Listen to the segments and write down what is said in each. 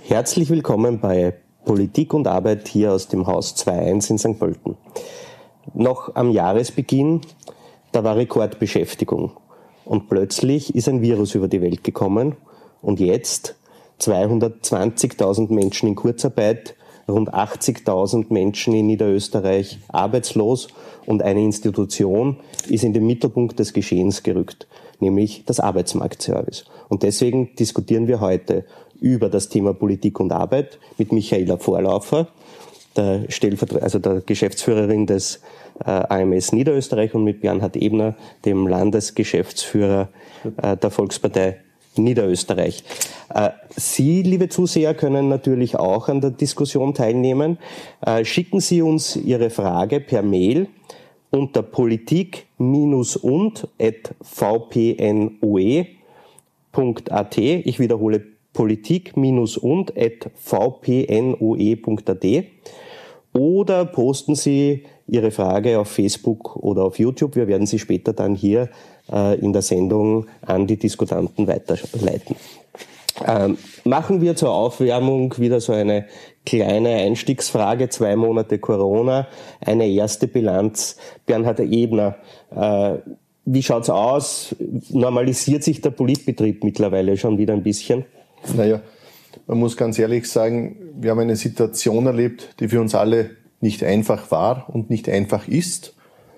Herzlich willkommen bei Politik und Arbeit hier aus dem Haus 2.1 in St. Pölten. Noch am Jahresbeginn, da war Rekordbeschäftigung und plötzlich ist ein Virus über die Welt gekommen und jetzt 220.000 Menschen in Kurzarbeit, rund 80.000 Menschen in Niederösterreich arbeitslos und eine Institution ist in den Mittelpunkt des Geschehens gerückt, nämlich das Arbeitsmarktservice. Und deswegen diskutieren wir heute über das Thema Politik und Arbeit mit Michaela Vorlaufer, der Geschäftsführerin des AMS Niederösterreich, und mit Bernhard Ebner, dem Landesgeschäftsführer der Volkspartei Niederösterreich. Sie, liebe Zuseher, können natürlich auch an der Diskussion teilnehmen. Schicken Sie uns Ihre Frage per Mail unter politik-und@vpnoe.at. Ich wiederhole, politik-und@vpnoe.at. Oder posten Sie Ihre Frage auf Facebook oder auf YouTube. Wir werden sie später dann hier in der Sendung an die Diskutanten weiterleiten. Machen wir zur Aufwärmung wieder so eine kleine Einstiegsfrage. 2 Monate Corona, eine erste Bilanz. Bernhard Ebner, wie schaut's aus? Normalisiert sich der Politbetrieb mittlerweile schon wieder ein bisschen? Naja, man muss ganz ehrlich sagen, wir haben eine Situation erlebt, die für uns alle nicht einfach war und nicht einfach ist.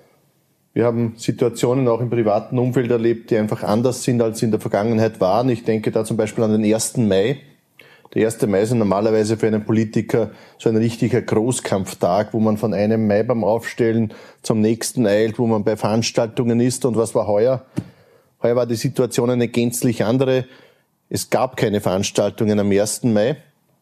Wir haben Situationen auch im privaten Umfeld erlebt, die einfach anders sind, als sie in der Vergangenheit waren. Ich denke da zum Beispiel an den 1. Mai. Der 1. Mai ist normalerweise für einen Politiker so ein richtiger Großkampftag, wo man von einem Maibaum aufstellen zum nächsten eilt, wo man bei Veranstaltungen ist. Und was war heuer? Heuer war die Situation eine gänzlich andere. Es gab keine Veranstaltungen am 1. Mai,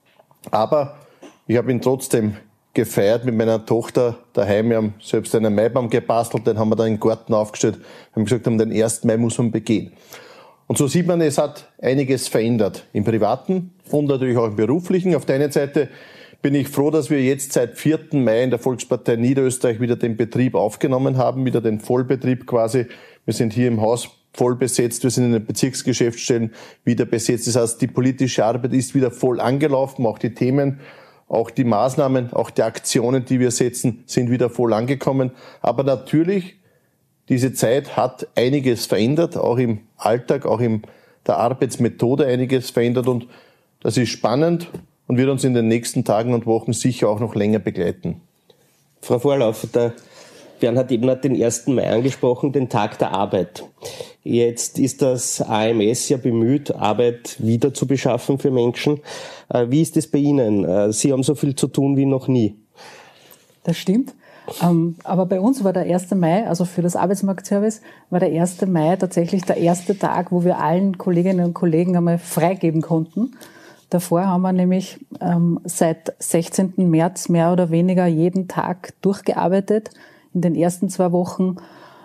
aber ich habe ihn trotzdem gefeiert mit meiner Tochter daheim. Wir haben selbst einen Maibaum gebastelt, den haben wir dann im Garten aufgestellt. Wir haben gesagt, den 1. Mai muss man begehen. Und so sieht man, es hat einiges verändert im Privaten und natürlich auch im Beruflichen. Auf der einen Seite bin ich froh, dass wir jetzt seit 4. Mai in der Volkspartei Niederösterreich wieder den Betrieb aufgenommen haben, wieder den Vollbetrieb quasi. Wir sind hier im Haus voll besetzt, wir sind in den Bezirksgeschäftsstellen wieder besetzt. Das heißt, die politische Arbeit ist wieder voll angelaufen, auch die Themen, auch die Maßnahmen, auch die Aktionen, die wir setzen, sind wieder voll angekommen. Aber natürlich, diese Zeit hat einiges verändert, auch im Alltag, auch in der Arbeitsmethode einiges verändert. Und das ist spannend und wird uns in den nächsten Tagen und Wochen sicher auch noch länger begleiten. Frau Vorlaufer, der Bernhard Ebner hat den 1. Mai angesprochen, den Tag der Arbeit. Jetzt ist das AMS ja bemüht, Arbeit wieder zu beschaffen für Menschen. Wie ist es bei Ihnen? Sie haben so viel zu tun wie noch nie. Das stimmt. Aber bei uns war der 1. Mai, also für das Arbeitsmarktservice, war der 1. Mai tatsächlich der erste Tag, wo wir allen Kolleginnen und Kollegen einmal freigeben konnten. Davor haben wir nämlich seit 16. März mehr oder weniger jeden Tag durchgearbeitet, in den ersten 2 Wochen,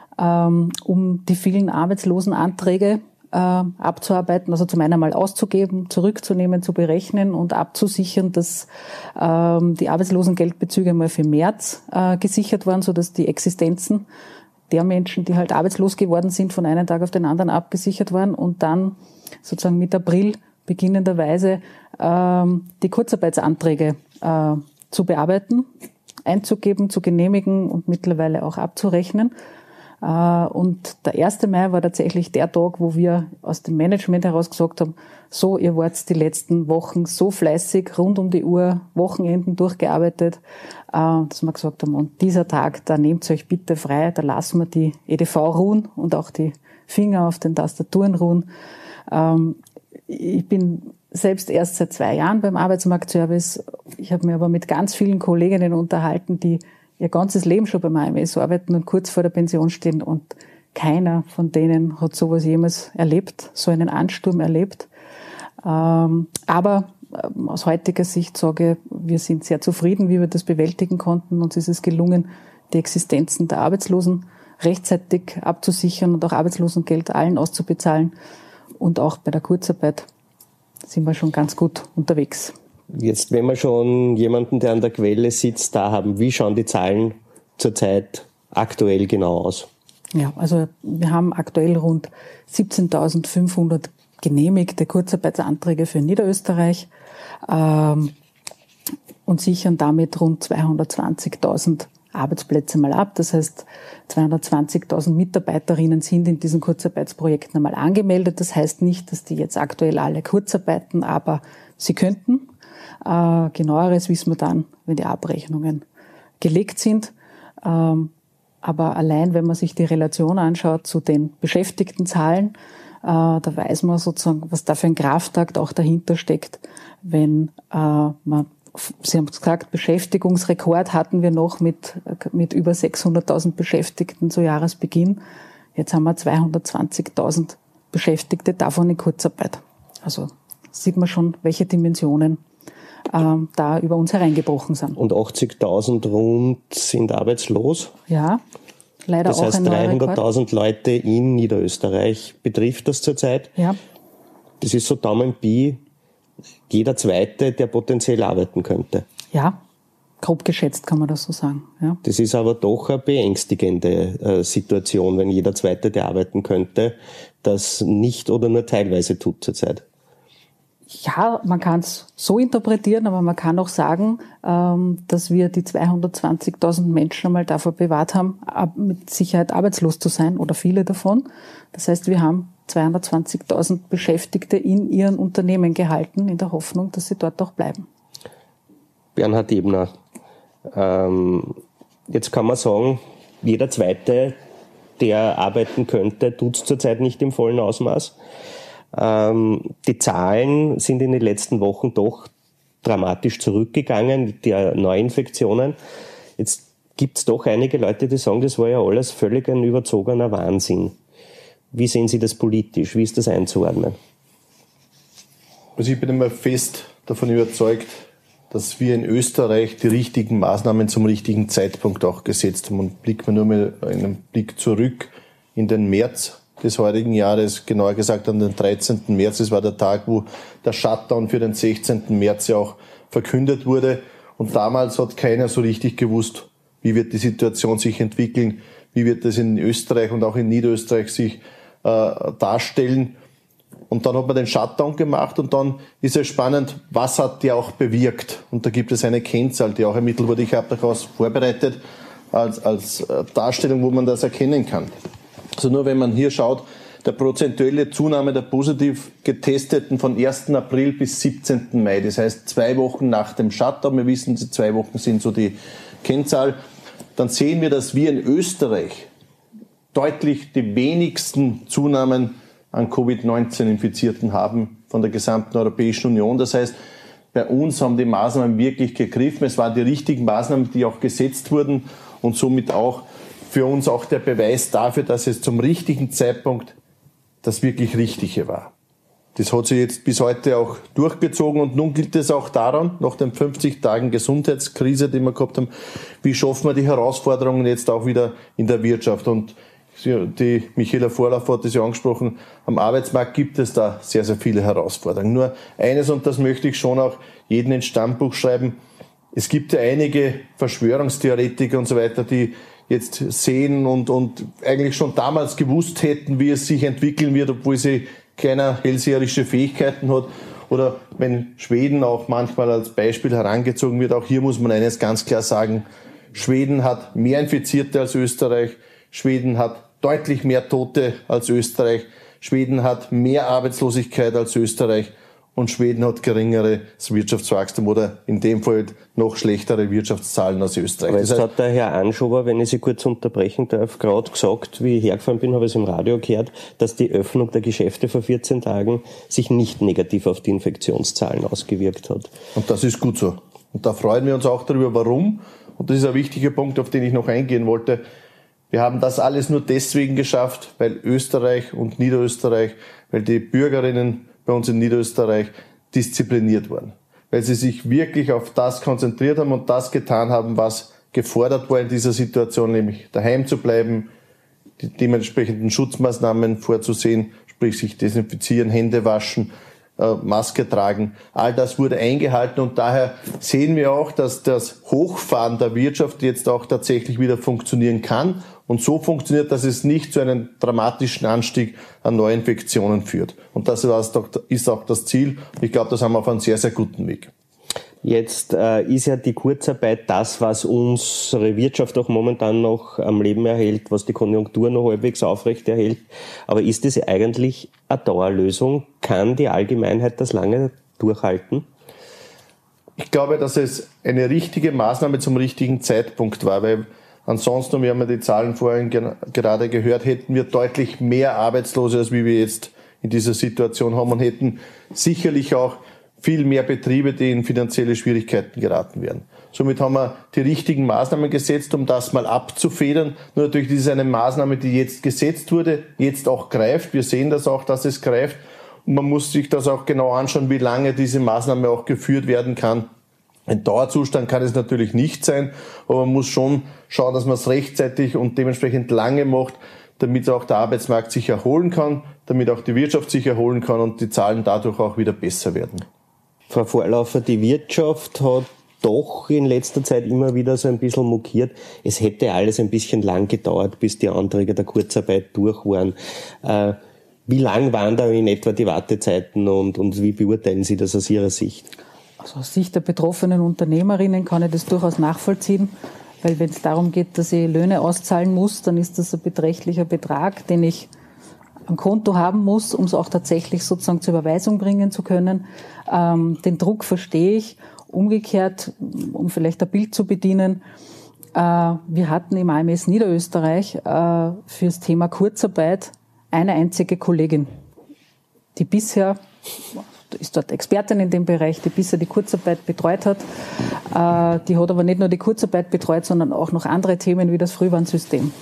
um die vielen Arbeitslosenanträge abzuarbeiten, also zum einen einmal auszugeben, zurückzunehmen, zu berechnen und abzusichern, dass die Arbeitslosengeldbezüge mal für März gesichert waren, sodass die Existenzen der Menschen, die halt arbeitslos geworden sind, von einem Tag auf den anderen abgesichert waren und dann sozusagen mit April beginnenderweise die Kurzarbeitsanträge zu bearbeiten, einzugeben, zu genehmigen und mittlerweile auch abzurechnen. Und der 1. Mai war tatsächlich der Tag, wo wir aus dem Management heraus gesagt haben, so, ihr wart die letzten Wochen so fleißig, rund um die Uhr, Wochenenden durchgearbeitet, dass wir gesagt haben, und dieser Tag, da nehmt ihr euch bitte frei, da lassen wir die EDV ruhen und auch die Finger auf den Tastaturen ruhen. Ich bin selbst erst seit 2 Jahren beim Arbeitsmarktservice. Ich habe mich aber mit ganz vielen Kolleginnen unterhalten, die ihr ganzes Leben schon beim AMS arbeiten und kurz vor der Pension stehen, und keiner von denen hat sowas jemals erlebt, so einen Ansturm erlebt. Aber aus heutiger Sicht sage ich, wir sind sehr zufrieden, wie wir das bewältigen konnten. Uns ist es gelungen, die Existenzen der Arbeitslosen rechtzeitig abzusichern und auch Arbeitslosengeld allen auszubezahlen. Und auch bei der Kurzarbeit sind wir schon ganz gut unterwegs. Jetzt, wenn wir schon jemanden, der an der Quelle sitzt, da haben, wie schauen die Zahlen zurzeit aktuell genau aus? Ja, also wir haben aktuell rund 17.500 genehmigte Kurzarbeitsanträge für Niederösterreich und sichern damit rund 220.000 Arbeitsplätze mal ab. Das heißt, 220.000 Mitarbeiterinnen sind in diesen Kurzarbeitsprojekten einmal angemeldet. Das heißt nicht, dass die jetzt aktuell alle kurzarbeiten, aber sie könnten. Genaueres wissen wir dann, wenn die Abrechnungen gelegt sind. Aber allein, wenn man sich die Relation anschaut zu den Beschäftigtenzahlen, da weiß man sozusagen, was da für ein Kraftakt auch dahinter steckt, wenn man, Sie haben es gesagt, Beschäftigungsrekord hatten wir noch mit über 600.000 Beschäftigten zu Jahresbeginn. Jetzt haben wir 220.000 Beschäftigte, davon in Kurzarbeit. Also sieht man schon, welche Dimensionen da über uns hereingebrochen sind. Und 80.000 rund sind arbeitslos? Ja, leider auch ein neuer Rekord. Das heißt, 300.000 Leute in Niederösterreich betrifft das zurzeit. Ja. Das ist so Daumen Pi, jeder Zweite, der potenziell arbeiten könnte. Ja, grob geschätzt kann man das so sagen. Ja. Das ist aber doch eine beängstigende Situation, wenn jeder Zweite, der arbeiten könnte, das nicht oder nur teilweise tut zurzeit. Ja, man kann es so interpretieren, aber man kann auch sagen, dass wir die 220.000 Menschen einmal davor bewahrt haben, mit Sicherheit arbeitslos zu sein oder viele davon. Das heißt, wir haben 220.000 Beschäftigte in ihren Unternehmen gehalten, in der Hoffnung, dass sie dort auch bleiben. Bernhard Ebner, jetzt kann man sagen, jeder Zweite, der arbeiten könnte, tut es zurzeit nicht im vollen Ausmaß. Die Zahlen sind in den letzten Wochen doch dramatisch zurückgegangen, die Neuinfektionen. Jetzt gibt es doch einige Leute, die sagen, das war ja alles völlig ein überzogener Wahnsinn. Wie sehen Sie das politisch? Wie ist das einzuordnen? Also ich bin immer fest davon überzeugt, dass wir in Österreich die richtigen Maßnahmen zum richtigen Zeitpunkt auch gesetzt haben. Und blicken wir nur mal einen Blick zurück in den März des heurigen Jahres, genauer gesagt an den 13. März. Das war der Tag, wo der Shutdown für den 16. März ja auch verkündet wurde. Und damals hat keiner so richtig gewusst, wie wird die Situation sich entwickeln, wie wird das in Österreich und auch in Niederösterreich sich darstellen. Und dann hat man den Shutdown gemacht und dann ist es spannend, was hat der auch bewirkt. Und da gibt es eine Kennzahl, die auch ermittelt wurde. Ich habe daraus vorbereitet als Darstellung, wo man das erkennen kann. Also nur wenn man hier schaut, der prozentuelle Zunahme der positiv Getesteten von 1. April bis 17. Mai. Das heißt 2 Wochen nach dem Shutdown. Wir wissen, die 2 Wochen sind so die Kennzahl. Dann sehen wir, dass wir in Österreich deutlich die wenigsten Zunahmen an Covid-19-Infizierten haben von der gesamten Europäischen Union. Das heißt, bei uns haben die Maßnahmen wirklich gegriffen. Es waren die richtigen Maßnahmen, die auch gesetzt wurden und somit auch für uns auch der Beweis dafür, dass es zum richtigen Zeitpunkt das wirklich Richtige war. Das hat sich jetzt bis heute auch durchgezogen und nun gilt es auch daran, nach den 50 Tagen Gesundheitskrise, die wir gehabt haben, wie schaffen wir die Herausforderungen jetzt auch wieder in der Wirtschaft. Und die Michaela Vorlauf hat das ja angesprochen, am Arbeitsmarkt gibt es da sehr, sehr viele Herausforderungen. Nur eines, und das möchte ich schon auch jedem ins Stammbuch schreiben, es gibt ja einige Verschwörungstheoretiker und so weiter, die jetzt sehen und eigentlich schon damals gewusst hätten, wie es sich entwickeln wird, obwohl sie keine hellseherische Fähigkeiten hat. Oder wenn Schweden auch manchmal als Beispiel herangezogen wird, auch hier muss man eines ganz klar sagen, Schweden hat mehr Infizierte als Österreich, Schweden hat deutlich mehr Tote als Österreich, Schweden hat mehr Arbeitslosigkeit als Österreich und Schweden hat geringeres Wirtschaftswachstum oder in dem Fall noch schlechtere Wirtschaftszahlen als Österreich. Aber jetzt hat der Herr Anschober, wenn ich Sie kurz unterbrechen darf, gerade gesagt, wie ich hergefahren bin, habe ich es im Radio gehört, dass die Öffnung der Geschäfte vor 14 Tagen sich nicht negativ auf die Infektionszahlen ausgewirkt hat. Und das ist gut so. Und da freuen wir uns auch darüber, warum. Und das ist ein wichtiger Punkt, auf den ich noch eingehen wollte. Wir haben das alles nur deswegen geschafft, weil Österreich und Niederösterreich, weil die Bürgerinnen bei uns in Niederösterreich diszipliniert waren. Weil sie sich wirklich auf das konzentriert haben und das getan haben, was gefordert war in dieser Situation, nämlich daheim zu bleiben, die dementsprechenden Schutzmaßnahmen vorzusehen, sprich sich desinfizieren, Hände waschen, Maske tragen. All das wurde eingehalten und daher sehen wir auch, dass das Hochfahren der Wirtschaft jetzt auch tatsächlich wieder funktionieren kann und so funktioniert, dass es nicht zu einem dramatischen Anstieg an Neuinfektionen führt. Und das ist auch das Ziel. Ich glaube, das haben wir auf einem sehr, sehr guten Weg. Jetzt ist ja die Kurzarbeit das, was unsere Wirtschaft auch momentan noch am Leben erhält, was die Konjunktur noch halbwegs aufrecht erhält. Aber ist das eigentlich eine Dauerlösung? Kann die Allgemeinheit das lange durchhalten? Ich glaube, dass es eine richtige Maßnahme zum richtigen Zeitpunkt war, weil ansonsten, wir haben ja die Zahlen vorhin gerade gehört, hätten wir deutlich mehr Arbeitslose, als wie wir jetzt in dieser Situation haben, und hätten sicherlich auch viel mehr Betriebe, die in finanzielle Schwierigkeiten geraten werden. Somit haben wir die richtigen Maßnahmen gesetzt, um das mal abzufedern. Nur natürlich, das ist eine Maßnahme, die jetzt gesetzt wurde, jetzt auch greift. Wir sehen das auch, dass es greift. Und man muss sich das auch genau anschauen, wie lange diese Maßnahme auch geführt werden kann. Ein Dauerzustand kann es natürlich nicht sein, aber man muss schon schauen, dass man es rechtzeitig und dementsprechend lange macht, damit auch der Arbeitsmarkt sich erholen kann, damit auch die Wirtschaft sich erholen kann und die Zahlen dadurch auch wieder besser werden. Frau Vorläufer, die Wirtschaft hat doch in letzter Zeit immer wieder so ein bisschen mokiert. Es hätte alles ein bisschen lang gedauert, bis die Anträge der Kurzarbeit durch waren. Wie lang waren da in etwa die Wartezeiten und wie beurteilen Sie das aus Ihrer Sicht? Also aus Sicht der betroffenen Unternehmerinnen kann ich das durchaus nachvollziehen, weil wenn es darum geht, dass ich Löhne auszahlen muss, dann ist das ein beträchtlicher Betrag, den ich am Konto haben muss, um es auch tatsächlich sozusagen zur Überweisung bringen zu können. Den Druck verstehe ich. Umgekehrt, um vielleicht ein Bild zu bedienen, wir hatten im AMS Niederösterreich fürs Thema Kurzarbeit eine einzige Kollegin, die bisher, ist dort Expertin in dem Bereich, die bisher die Kurzarbeit betreut hat. Die hat aber nicht nur die Kurzarbeit betreut, sondern auch noch andere Themen wie das Frühwarnsystem.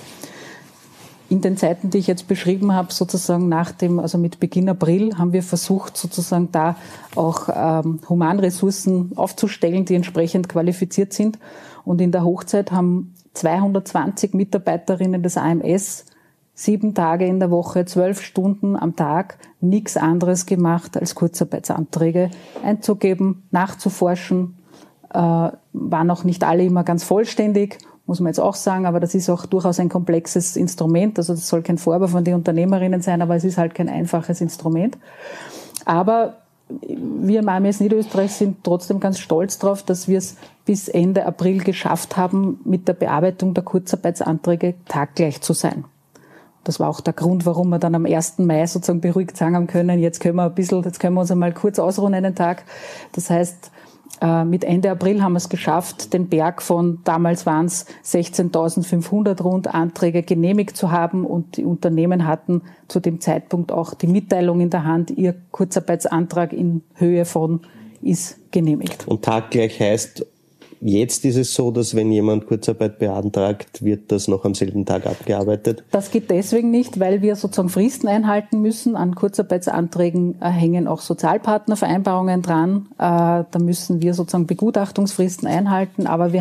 In den Zeiten, die ich jetzt beschrieben habe, sozusagen also mit Beginn April, haben wir versucht, sozusagen da auch Humanressourcen aufzustellen, die entsprechend qualifiziert sind. Und in der Hochzeit haben 220 Mitarbeiterinnen des AMS 7 Tage in der Woche, 12 Stunden am Tag nichts anderes gemacht, als Kurzarbeitsanträge einzugeben, nachzuforschen. Waren auch nicht alle immer ganz vollständig, muss man jetzt auch sagen, aber das ist auch durchaus ein komplexes Instrument. Also das soll kein Vorwurf an die Unternehmerinnen sein, aber es ist halt kein einfaches Instrument. Aber wir im AMS Niederösterreich sind trotzdem ganz stolz darauf, dass wir es bis Ende April geschafft haben, mit der Bearbeitung der Kurzarbeitsanträge taggleich zu sein. Das war auch der Grund, warum wir dann am 1. Mai sozusagen beruhigt sagen haben können, jetzt können wir uns einmal kurz ausruhen einen Tag. Das heißt, mit Ende April haben wir es geschafft, den Berg von, damals waren es 16.500 rund Anträge genehmigt zu haben, und die Unternehmen hatten zu dem Zeitpunkt auch die Mitteilung in der Hand, ihr Kurzarbeitsantrag in Höhe von ist genehmigt. Und taggleich heißt, jetzt ist es so, dass wenn jemand Kurzarbeit beantragt, wird das noch am selben Tag abgearbeitet? Das geht deswegen nicht, weil wir sozusagen Fristen einhalten müssen. An Kurzarbeitsanträgen hängen auch Sozialpartnervereinbarungen dran. Da müssen wir sozusagen Begutachtungsfristen einhalten. Aber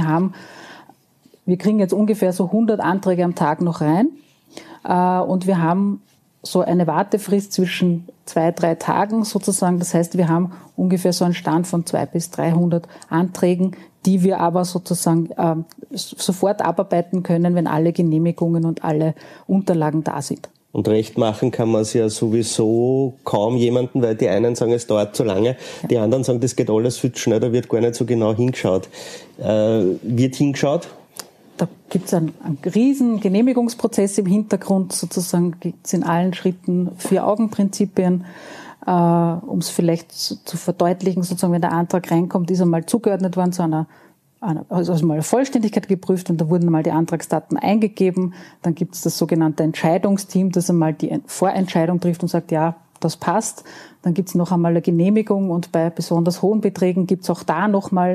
wir kriegen jetzt ungefähr so 100 Anträge am Tag noch rein. Und wir haben so eine Wartefrist zwischen 2-3 Tagen sozusagen. Das heißt, wir haben ungefähr so einen Stand von 200 bis 300 Anträgen, die wir aber sozusagen sofort abarbeiten können, wenn alle Genehmigungen und alle Unterlagen da sind. Und recht machen kann man es ja sowieso kaum jemanden, weil die einen sagen, es dauert zu lange, ja. Die anderen sagen, das geht alles viel schneller, wird gar nicht so genau hingeschaut. Wird hingeschaut? Da gibt es einen riesen Genehmigungsprozess im Hintergrund, sozusagen gibt es in allen Schritten 4-Augen-Prinzipien. Um es vielleicht zu verdeutlichen, sozusagen, wenn der Antrag reinkommt, ist er mal zugeordnet worden zu also mal Vollständigkeit geprüft, und da wurden mal die Antragsdaten eingegeben. Dann gibt es das sogenannte Entscheidungsteam, das einmal die Vorentscheidung trifft und sagt, ja, das passt. Dann gibt es noch einmal eine Genehmigung, und bei besonders hohen Beträgen gibt es auch da nochmal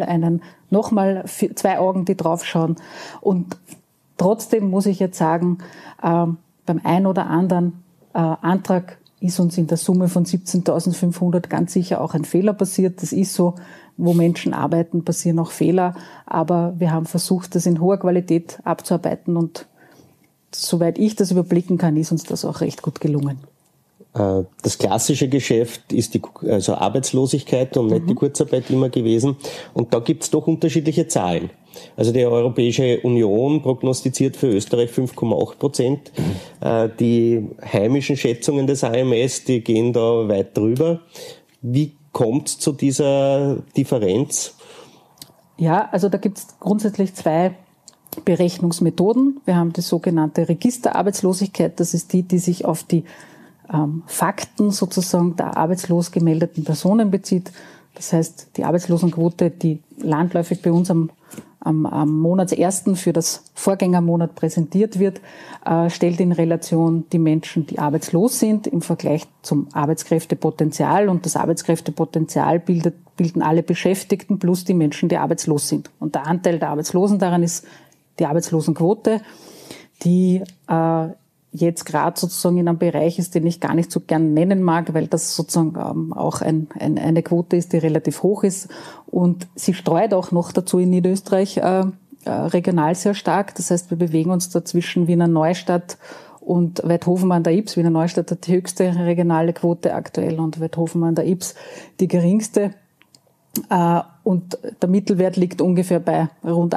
2 Augen, die draufschauen. Und trotzdem muss ich jetzt sagen, beim ein oder anderen Antrag ist uns in der Summe von 17.500 ganz sicher auch ein Fehler passiert. Das ist so, wo Menschen arbeiten, passieren auch Fehler. Aber wir haben versucht, das in hoher Qualität abzuarbeiten, und soweit ich das überblicken kann, ist uns das auch recht gut gelungen. Das klassische Geschäft ist also Arbeitslosigkeit und nicht die Kurzarbeit immer gewesen. Und da gibt es doch unterschiedliche Zahlen. Also die Europäische Union prognostiziert für Österreich 5,8%. Die heimischen Schätzungen des AMS, die gehen da weit drüber. Wie kommt es zu dieser Differenz? Ja, also da gibt es grundsätzlich zwei Berechnungsmethoden. Wir haben die sogenannte Registerarbeitslosigkeit. Das ist die sich auf die Fakten sozusagen der arbeitslos gemeldeten Personen bezieht. Das heißt, die Arbeitslosenquote, die landläufig bei uns am Monatsersten für das Vorgängermonat präsentiert wird, stellt in Relation die Menschen, die arbeitslos sind, im Vergleich zum Arbeitskräftepotenzial. Und das Arbeitskräftepotenzial bilden alle Beschäftigten plus die Menschen, die arbeitslos sind. Und der Anteil der Arbeitslosen daran ist die Arbeitslosenquote, die jetzt gerade sozusagen in einem Bereich ist, den ich gar nicht so gern nennen mag, weil das sozusagen auch eine Quote ist, die relativ hoch ist. Und sie streut auch noch dazu in Niederösterreich regional sehr stark. Das heißt, wir bewegen uns da zwischen Wiener Neustadt und Weidhofen an der Ips. Wiener Neustadt hat die höchste regionale Quote aktuell und Weidhofen an der Ips die geringste. Und der Mittelwert liegt ungefähr bei rund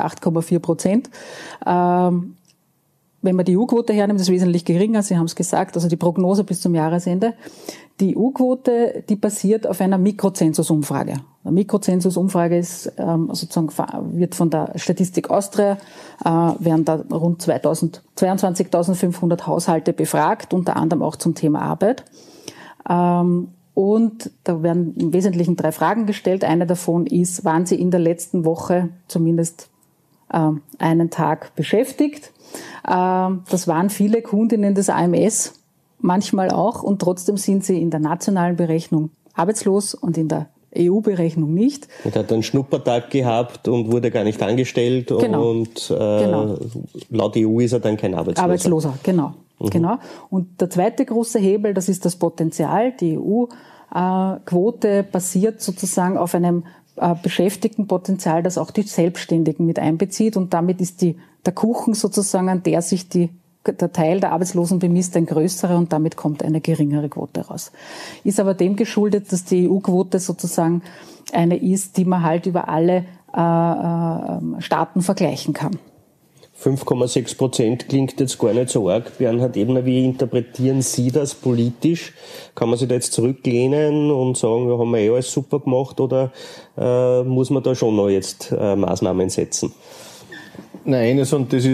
8,4%. Wenn man die EU-Quote hernimmt, ist es wesentlich geringer. Sie haben es gesagt, also die Prognose bis zum Jahresende. Die EU-Quote, die basiert auf einer Mikrozensusumfrage. Eine Mikrozensusumfrage ist sozusagen wird von der Statistik Austria werden da rund 22.500 Haushalte befragt, unter anderem auch zum Thema Arbeit. Und da werden im Wesentlichen 3 Fragen gestellt. Eine davon ist, waren Sie in der letzten Woche zumindest einen Tag beschäftigt? Das waren viele Kundinnen des AMS, manchmal auch, und trotzdem sind sie in der nationalen Berechnung arbeitslos und in der EU-Berechnung nicht. Und hat einen Schnuppertag gehabt und wurde gar nicht angestellt. Genau. Und laut EU ist er dann kein Arbeitsloser. Arbeitsloser, genau. Genau. Und der zweite große Hebel, das ist das Potenzial. Die EU-Quote basiert sozusagen auf einem Beschäftigtenpotenzial, das auch die Selbstständigen mit einbezieht. Und damit ist der Kuchen sozusagen, an der sich der Teil der Arbeitslosen bemisst, ein größerer, und damit kommt eine geringere Quote raus. Ist aber dem geschuldet, dass die EU-Quote sozusagen eine ist, die man halt über alle Staaten vergleichen kann. 5,6% klingt jetzt gar nicht so arg. Bernhard Ebner, wie interpretieren Sie das politisch? Kann man sich da jetzt zurücklehnen und sagen, wir haben alles super gemacht, oder muss man da schon noch jetzt Maßnahmen setzen? Nein, und das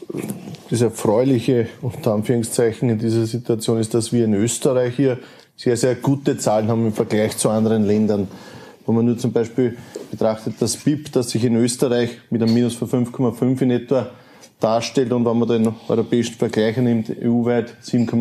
Erfreuliche, unter Anführungszeichen, in dieser Situation ist, dass wir in Österreich hier sehr, sehr gute Zahlen haben im Vergleich zu anderen Ländern. Wo man nur zum Beispiel betrachtet, das BIP, das sich in Österreich mit einem Minus von 5,5 in etwa darstellt, und wenn man den europäischen Vergleich nimmt, EU-weit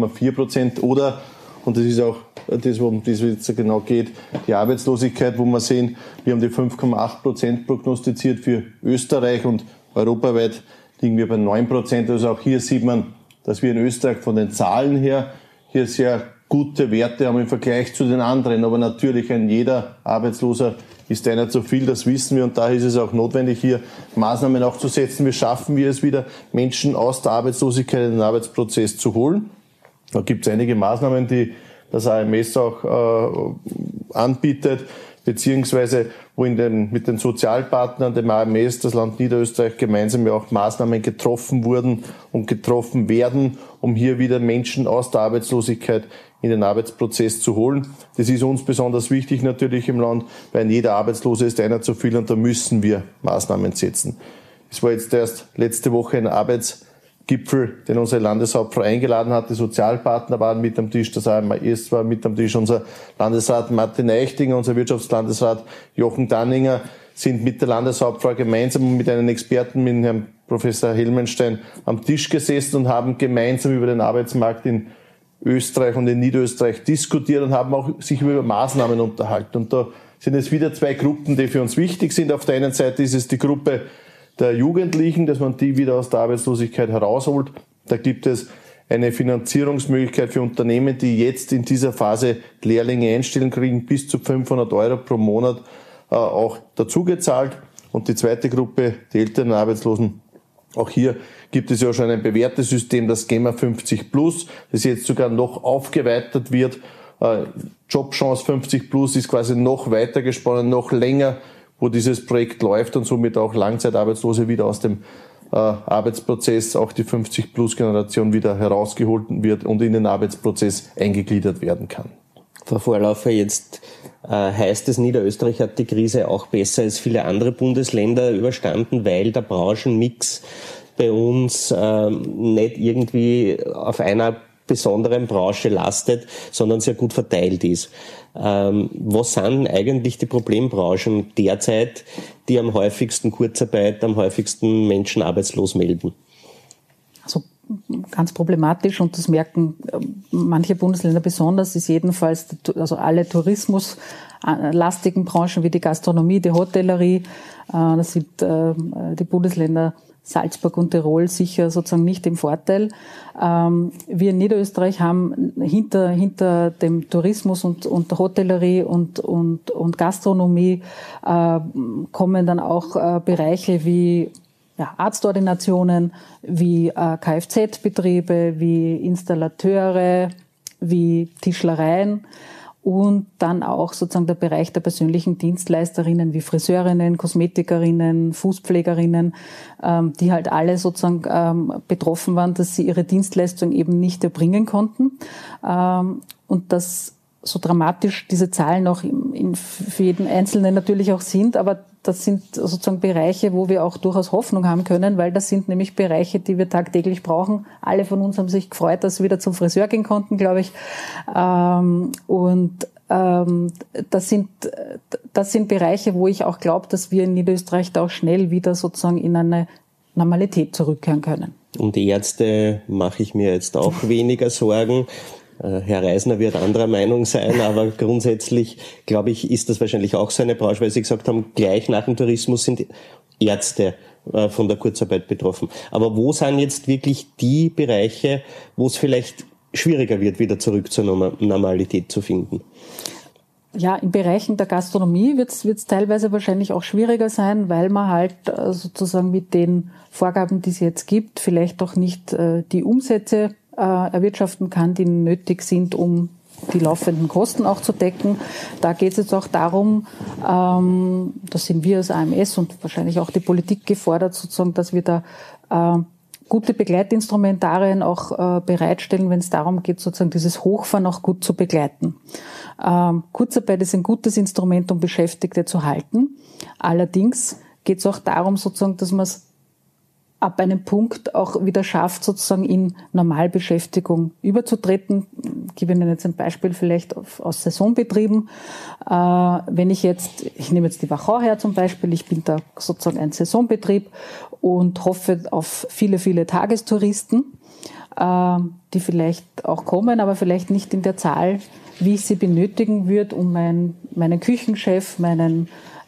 7,4%, oder, und das ist auch das, worum es jetzt genau geht, die Arbeitslosigkeit, wo wir sehen, wir haben die 5,8% prognostiziert für Österreich, und europaweit liegen wir bei 9%. Also auch hier sieht man, dass wir in Österreich von den Zahlen her hier sehr gute Werte haben im Vergleich zu den anderen. Aber natürlich, ein jeder Arbeitsloser ist einer zu viel, das wissen wir, und daher ist es auch notwendig, hier Maßnahmen auch zu setzen. Wie schaffen wir es wieder, Menschen aus der Arbeitslosigkeit in den Arbeitsprozess zu holen? Da gibt es einige Maßnahmen, die das AMS auch anbietet, beziehungsweise wo mit den Sozialpartnern, dem AMS, das Land Niederösterreich gemeinsam ja auch Maßnahmen getroffen wurden und getroffen werden, um hier wieder Menschen aus der Arbeitslosigkeit in den Arbeitsprozess zu holen. Das ist uns besonders wichtig natürlich im Land, weil jeder Arbeitslose ist einer zu viel, und da müssen wir Maßnahmen setzen. Es war jetzt erst letzte Woche ein Arbeitsgipfel, den unsere Landeshauptfrau eingeladen hat. Die Sozialpartner waren mit am Tisch, das AMS war mit am Tisch, unser Landesrat Martin Eichtinger, unser Wirtschaftslandesrat Jochen Danninger sind mit der Landeshauptfrau gemeinsam mit einem Experten, mit Herrn Professor Helmenstein, am Tisch gesessen und haben gemeinsam über den Arbeitsmarkt in Österreich und in Niederösterreich diskutiert und haben auch sich über Maßnahmen unterhalten. Und da sind es wieder 2 Gruppen, die für uns wichtig sind. Auf der einen Seite ist es die Gruppe der Jugendlichen, dass man die wieder aus der Arbeitslosigkeit herausholt. Da gibt es eine Finanzierungsmöglichkeit für Unternehmen, die jetzt in dieser Phase Lehrlinge einstellen, kriegen bis zu 500 € pro Monat auch dazugezahlt. Und die zweite Gruppe, die älteren Arbeitslosen, auch hier gibt es ja schon ein bewährtes System, das GEMA 50+, das jetzt sogar noch aufgeweitet wird. Jobchance 50+ ist quasi noch weiter gesponnen, noch länger, wo dieses Projekt läuft und somit auch Langzeitarbeitslose wieder aus dem Arbeitsprozess, auch die 50-Plus-Generation wieder herausgeholt wird und in den Arbeitsprozess eingegliedert werden kann. Frau Vorläufer, jetzt heißt es, Niederösterreich hat die Krise auch besser als viele andere Bundesländer überstanden, weil der Branchenmix bei uns nicht irgendwie auf einer besonderen Branche lastet, sondern sehr gut verteilt ist. Was sind eigentlich die Problembranchen derzeit, die am häufigsten Kurzarbeit, am häufigsten Menschen arbeitslos melden? Also ganz problematisch, und das merken manche Bundesländer besonders, ist jedenfalls also alle tourismuslastigen Branchen wie die Gastronomie, die Hotellerie. Das sind die Bundesländer Salzburg und Tirol sicher sozusagen nicht im Vorteil. Wir in Niederösterreich haben hinter dem Tourismus und der Hotellerie und Gastronomie kommen dann auch Bereiche wie Arztordinationen, wie Kfz-Betriebe, wie Installateure, wie Tischlereien. Und dann auch sozusagen der Bereich der persönlichen Dienstleisterinnen wie Friseurinnen, Kosmetikerinnen, Fußpflegerinnen, die halt alle sozusagen betroffen waren, dass sie ihre Dienstleistung eben nicht erbringen konnten. Und dass so dramatisch diese Zahlen auch für jeden Einzelnen natürlich auch sind, aber das sind sozusagen Bereiche, wo wir auch durchaus Hoffnung haben können, weil das sind nämlich Bereiche, die wir tagtäglich brauchen. Alle von uns haben sich gefreut, dass sie wieder zum Friseur gehen konnten, glaube ich. Das sind Bereiche, wo ich auch glaube, dass wir in Niederösterreich da auch schnell wieder sozusagen in eine Normalität zurückkehren können. Um die Ärzte mache ich mir jetzt auch weniger Sorgen. Herr Reisner wird anderer Meinung sein, aber grundsätzlich, glaube ich, ist das wahrscheinlich auch so eine Branche, weil Sie gesagt haben, gleich nach dem Tourismus sind Ärzte von der Kurzarbeit betroffen. Aber wo sind jetzt wirklich die Bereiche, wo es vielleicht schwieriger wird, wieder zurück zur Normalität zu finden? Ja, in Bereichen der Gastronomie wird es teilweise wahrscheinlich auch schwieriger sein, weil man halt sozusagen mit den Vorgaben, die es jetzt gibt, vielleicht auch nicht die Umsätze erwirtschaften kann, die nötig sind, um die laufenden Kosten auch zu decken. Da geht es jetzt auch darum, da sind wir als AMS und wahrscheinlich auch die Politik gefordert, sozusagen, dass wir da gute Begleitinstrumentarien auch bereitstellen, wenn es darum geht, sozusagen dieses Hochfahren auch gut zu begleiten. Kurzarbeit ist ein gutes Instrument, um Beschäftigte zu halten. Allerdings geht es auch darum, sozusagen, dass man es ab einem Punkt auch wieder schafft, sozusagen in Normalbeschäftigung überzutreten. Ich gebe Ihnen jetzt ein Beispiel vielleicht aus Saisonbetrieben. Wenn ich nehme jetzt die Wachau her zum Beispiel, ich bin da sozusagen ein Saisonbetrieb und hoffe auf viele, viele Tagestouristen, die vielleicht auch kommen, aber vielleicht nicht in der Zahl, wie ich sie benötigen würde, um meinen Küchenchef, meine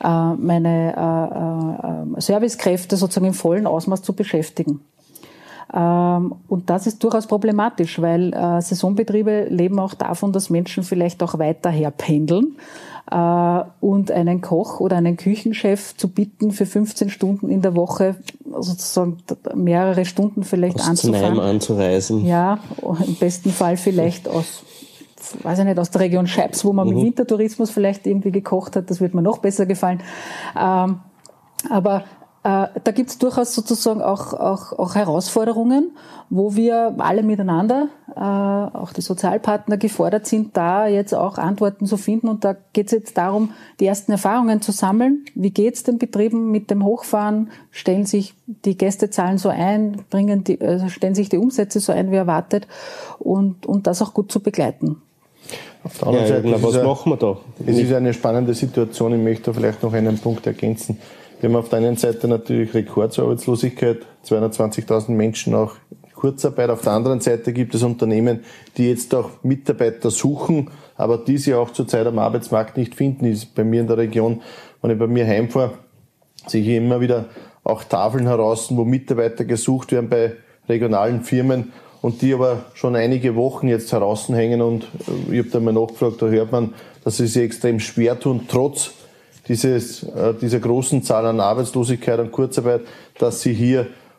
Servicekräfte sozusagen im vollen Ausmaß zu beschäftigen. Und das ist durchaus problematisch, weil Saisonbetriebe leben auch davon, dass Menschen vielleicht auch weiter herpendeln und einen Koch oder einen Küchenchef zu bitten, für 15 Stunden in der Woche sozusagen mehrere Stunden vielleicht anzufahren. Anzureisen. Ja, im besten Fall vielleicht aus der Region Scheibs, wo man mit Wintertourismus vielleicht irgendwie gekocht hat, das wird mir noch besser gefallen. Aber da gibt es durchaus sozusagen auch Herausforderungen, wo wir alle miteinander, auch die Sozialpartner, gefordert sind, da jetzt auch Antworten zu finden. Und da geht es jetzt darum, die ersten Erfahrungen zu sammeln. Wie geht es den Betrieben mit dem Hochfahren? Stellen sich die Gästezahlen so ein? Stellen sich die Umsätze so ein, wie erwartet? Und das auch gut zu begleiten. Auf der anderen Seite, was machen wir da? Es ist eine spannende Situation. Ich möchte da vielleicht noch einen Punkt ergänzen. Wir haben auf der einen Seite natürlich Rekordarbeitslosigkeit, 220.000 Menschen auch Kurzarbeit. Auf der anderen Seite gibt es Unternehmen, die jetzt auch Mitarbeiter suchen, aber diese auch zurzeit am Arbeitsmarkt nicht finden. Ist bei mir in der Region, wenn ich bei mir heimfahre, sehe ich immer wieder auch Tafeln heraus, wo Mitarbeiter gesucht werden bei regionalen Firmen und die aber schon einige Wochen jetzt heraushängen. Und ich habe da mal nachgefragt, da hört man, dass sie sich extrem schwer tun, trotz dieser großen Zahl an Arbeitslosigkeit und Kurzarbeit, dass sie hier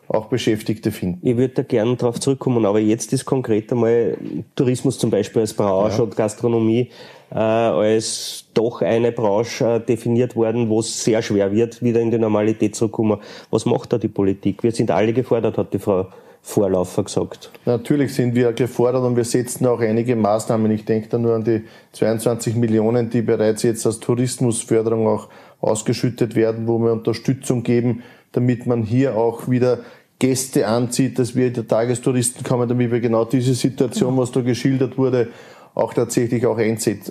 auch Beschäftigte finden. Ich würde da gerne darauf zurückkommen, aber jetzt ist konkret einmal Tourismus zum Beispiel als Branche und Gastronomie als doch eine Branche definiert worden, wo es sehr schwer wird, wieder in die Normalität zurückzukommen. Was macht da die Politik? Wir sind alle gefordert, hat die Frau Vorlaufer gesagt. Natürlich sind wir gefordert und wir setzen auch einige Maßnahmen. Ich denke da nur an die 22 Millionen, die bereits jetzt als Tourismusförderung auch ausgeschüttet werden, wo wir Unterstützung geben, damit man hier auch wieder Gäste anzieht, dass wir der Tagestouristen kommen, damit wir genau diese Situation, was da geschildert wurde, auch tatsächlich auch eintrifft.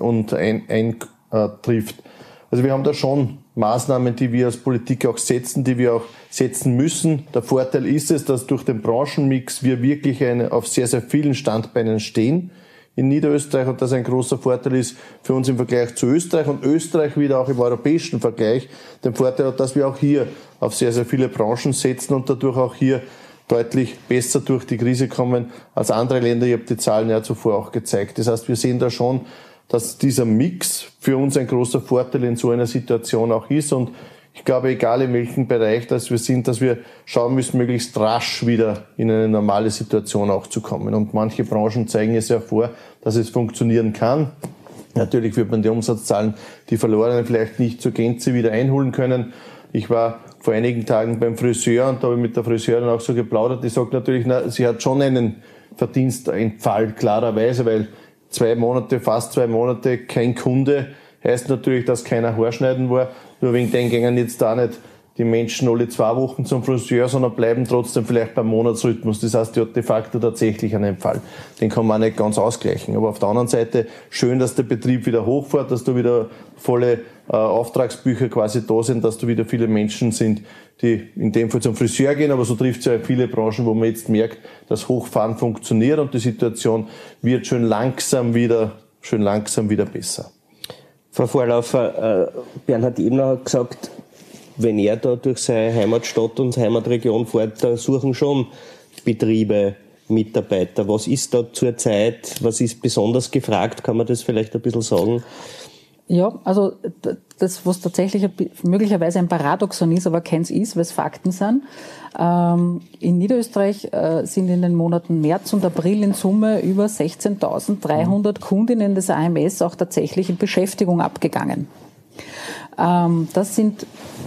Also wir haben da schon Maßnahmen, die wir als Politik auch setzen, die wir auch setzen müssen. Der Vorteil ist es, dass durch den Branchenmix wir wirklich auf sehr, sehr vielen Standbeinen stehen in Niederösterreich und das ein großer Vorteil ist für uns im Vergleich zu Österreich und Österreich wieder auch im europäischen Vergleich den Vorteil hat, dass wir auch hier auf sehr, sehr viele Branchen setzen und dadurch auch hier deutlich besser durch die Krise kommen als andere Länder. Ich habe die Zahlen ja zuvor auch gezeigt. Das heißt, wir sehen da schon, dass dieser Mix für uns ein großer Vorteil in so einer Situation auch ist. Und ich glaube, egal in welchem Bereich das wir sind, dass wir schauen müssen, möglichst rasch wieder in eine normale Situation auch zu kommen. Und manche Branchen zeigen es ja vor, dass es funktionieren kann. Natürlich wird man die Umsatzzahlen, die verlorenen, vielleicht nicht zur Gänze wieder einholen können. Ich war vor einigen Tagen beim Friseur und da habe ich mit der Friseurin auch so geplaudert. Die sagt natürlich, sie hat schon einen Verdienstentfall, klarerweise, weil fast 2 Monate kein Kunde, heißt natürlich, dass keiner Haarschneiden war. Nur wegen den gingen jetzt da nicht die Menschen alle 2 Wochen zum Friseur, sondern bleiben trotzdem vielleicht beim Monatsrhythmus. Das heißt, die hat de facto tatsächlich einen Fall. Den kann man nicht ganz ausgleichen. Aber auf der anderen Seite schön, dass der Betrieb wieder hochfährt, dass da wieder volle Auftragsbücher quasi da sind, dass da wieder viele Menschen sind, die in dem Fall zum Friseur gehen. Aber so trifft es ja viele Branchen, wo man jetzt merkt, dass Hochfahren funktioniert und die Situation wird schön langsam wieder besser. Frau Vorlaufer, Bernhard Ebner hat gesagt, wenn er da durch seine Heimatstadt und Heimatregion fährt, da suchen schon Betriebe Mitarbeiter. Was ist da zurzeit, was ist besonders gefragt? Kann man das vielleicht ein bisschen sagen? Ja, also das, was tatsächlich möglicherweise ein Paradoxon ist, aber keins ist, weil es Fakten sind. In Niederösterreich sind in den Monaten März und April in Summe über 16.300 Kundinnen des AMS auch tatsächlich in Beschäftigung abgegangen. Das sind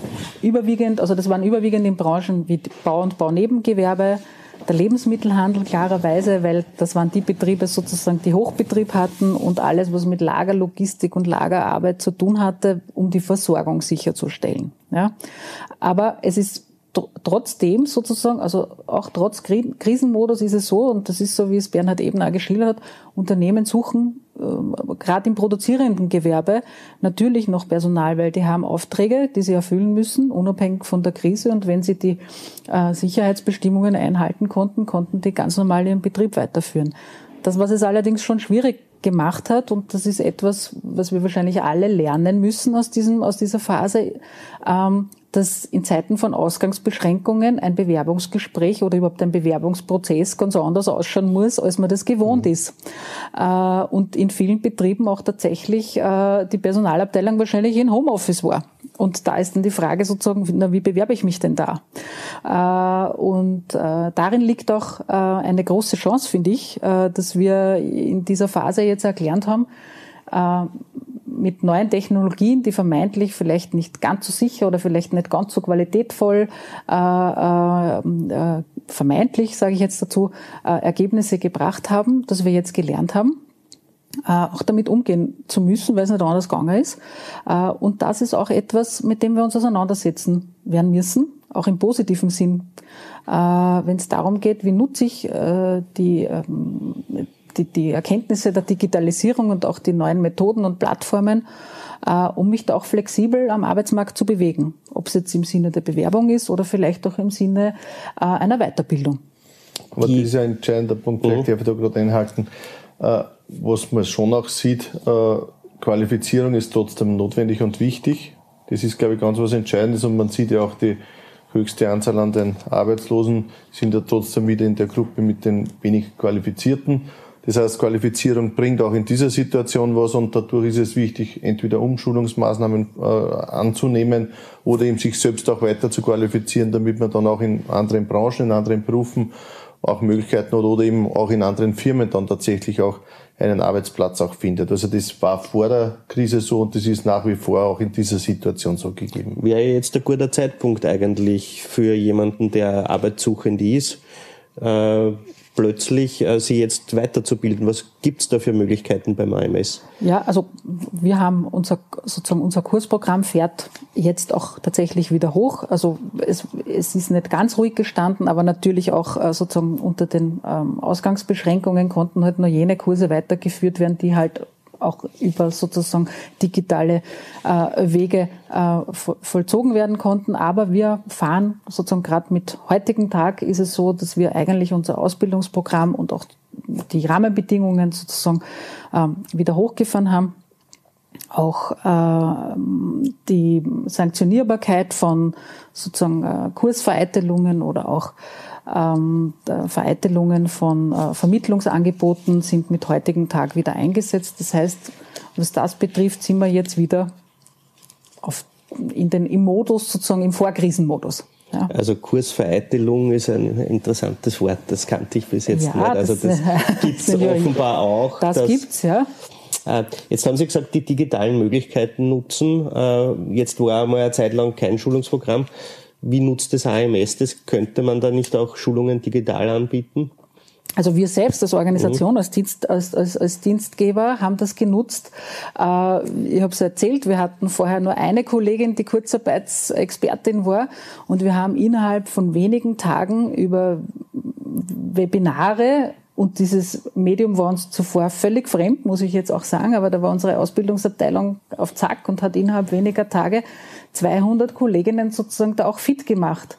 das waren überwiegend in Branchen wie Bau- und Baunebengewerbe, der Lebensmittelhandel klarerweise, weil das waren die Betriebe sozusagen, die Hochbetrieb hatten und alles, was mit Lagerlogistik und Lagerarbeit zu tun hatte, um die Versorgung sicherzustellen. Ja. Aber es ist trotzdem sozusagen, also auch trotz Krisenmodus ist es so, und das ist so, wie es Bernhard Ebner auch geschildert hat, Unternehmen suchen gerade im produzierenden Gewerbe natürlich noch Personal, weil die haben Aufträge, die sie erfüllen müssen, unabhängig von der Krise. Und wenn sie die Sicherheitsbestimmungen einhalten konnten die ganz normal ihren Betrieb weiterführen. Das, was es allerdings schon schwierig gemacht hat, und das ist etwas, was wir wahrscheinlich alle lernen müssen aus dieser Phase, dass in Zeiten von Ausgangsbeschränkungen ein Bewerbungsgespräch oder überhaupt ein Bewerbungsprozess ganz anders ausschauen muss, als man das gewohnt ist. Und in vielen Betrieben auch tatsächlich die Personalabteilung wahrscheinlich in Homeoffice war. Und da ist dann die Frage sozusagen, wie bewerbe ich mich denn da? Und darin liegt auch eine große Chance, finde ich, dass wir in dieser Phase jetzt erklärt haben, mit neuen Technologien, die vermeintlich vielleicht nicht ganz so sicher oder vielleicht nicht ganz so qualitätvoll, vermeintlich, sage ich jetzt dazu, Ergebnisse gebracht haben, dass wir jetzt gelernt haben, auch damit umgehen zu müssen, weil es nicht anders gegangen ist. Und das ist auch etwas, mit dem wir uns auseinandersetzen werden müssen, auch im positiven Sinn, wenn es darum geht, wie nutze ich die Erkenntnisse der Digitalisierung und auch die neuen Methoden und Plattformen, um mich da auch flexibel am Arbeitsmarkt zu bewegen. Ob es jetzt im Sinne der Bewerbung ist oder vielleicht auch im Sinne einer Weiterbildung. Aber das ist ein entscheidender Punkt, vielleicht darf ich da gerade einhaken. Was man schon auch sieht, Qualifizierung ist trotzdem notwendig und wichtig. Das ist, glaube ich, ganz was Entscheidendes und man sieht ja auch die höchste Anzahl an den Arbeitslosen sind ja trotzdem wieder in der Gruppe mit den wenig Qualifizierten. Das heißt, Qualifizierung bringt auch in dieser Situation was und dadurch ist es wichtig, entweder Umschulungsmaßnahmen anzunehmen oder eben sich selbst auch weiter zu qualifizieren, damit man dann auch in anderen Branchen, in anderen Berufen auch Möglichkeiten hat oder eben auch in anderen Firmen dann tatsächlich auch einen Arbeitsplatz auch findet. Also das war vor der Krise so und das ist nach wie vor auch in dieser Situation so gegeben. Wäre jetzt ein guter Zeitpunkt eigentlich für jemanden, der arbeitssuchend ist, plötzlich sie jetzt weiterzubilden. Was gibt es da für Möglichkeiten beim AMS? Ja, also wir haben unser Kursprogramm fährt jetzt auch tatsächlich wieder hoch. Also es ist nicht ganz ruhig gestanden, aber natürlich auch sozusagen unter den Ausgangsbeschränkungen konnten halt nur jene Kurse weitergeführt werden, die halt auch über sozusagen digitale Wege vollzogen werden konnten. Aber wir fahren sozusagen gerade mit heutigem Tag ist es so, dass wir eigentlich unser Ausbildungsprogramm und auch die Rahmenbedingungen sozusagen wieder hochgefahren haben. Auch die Sanktionierbarkeit von sozusagen Kursvereitelungen oder auch Vereitelungen von Vermittlungsangeboten sind mit heutigem Tag wieder eingesetzt. Das heißt, was das betrifft, sind wir jetzt wieder im Modus, sozusagen im Vorkrisenmodus. Ja. Also Kursvereitelung ist ein interessantes Wort, das kannte ich bis jetzt nicht. Also das gibt es offenbar auch. Das gibt's, ja. Jetzt haben Sie gesagt, die digitalen Möglichkeiten nutzen. Jetzt war einmal eine Zeit lang kein Schulungsprogramm. Wie nutzt das AMS das? Könnte man da nicht auch Schulungen digital anbieten? Also wir selbst als Organisation, als Dienstgeber haben das genutzt. Ich habe es erzählt, wir hatten vorher nur eine Kollegin, die Kurzarbeitsexpertin war und wir haben innerhalb von wenigen Tagen über Webinare, und dieses Medium war uns zuvor völlig fremd, muss ich jetzt auch sagen, aber da war unsere Ausbildungsabteilung auf Zack und hat innerhalb weniger Tage 200 Kolleginnen sozusagen da auch fit gemacht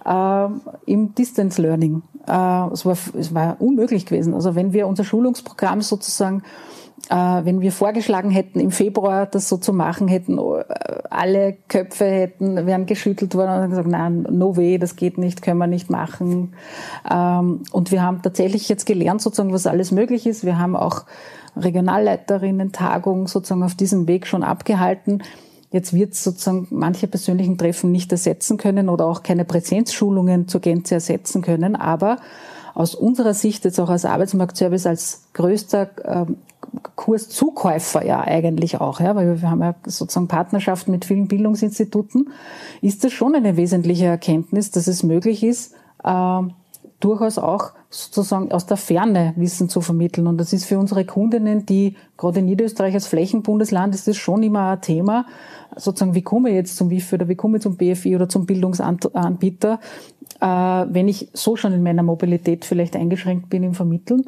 im Distance Learning. Es war unmöglich gewesen. Also wenn wir unser Schulungsprogramm sozusagen, wenn wir vorgeschlagen hätten, im Februar das so zu machen, hätten alle Köpfe wären geschüttelt worden und haben gesagt, nein, no way, das geht nicht, können wir nicht machen. Und wir haben tatsächlich jetzt gelernt, sozusagen, was alles möglich ist. Wir haben auch Regionalleiterinnen-Tagung sozusagen auf diesem Weg schon abgehalten. Jetzt wird es sozusagen manche persönlichen Treffen nicht ersetzen können oder auch keine Präsenzschulungen zur Gänze ersetzen können. Aber aus unserer Sicht jetzt auch als Arbeitsmarktservice als größter Kurszukäufer ja eigentlich auch, ja, weil wir haben ja sozusagen Partnerschaften mit vielen Bildungsinstituten, ist das schon eine wesentliche Erkenntnis, dass es möglich ist, durchaus auch sozusagen aus der Ferne Wissen zu vermitteln. Und das ist für unsere Kundinnen, die gerade in Niederösterreich als Flächenbundesland ist das schon immer ein Thema. Sozusagen, wie komme ich jetzt zum WIF oder wie komme ich zum BFI oder zum Bildungsanbieter, wenn ich so schon in meiner Mobilität vielleicht eingeschränkt bin im Vermitteln.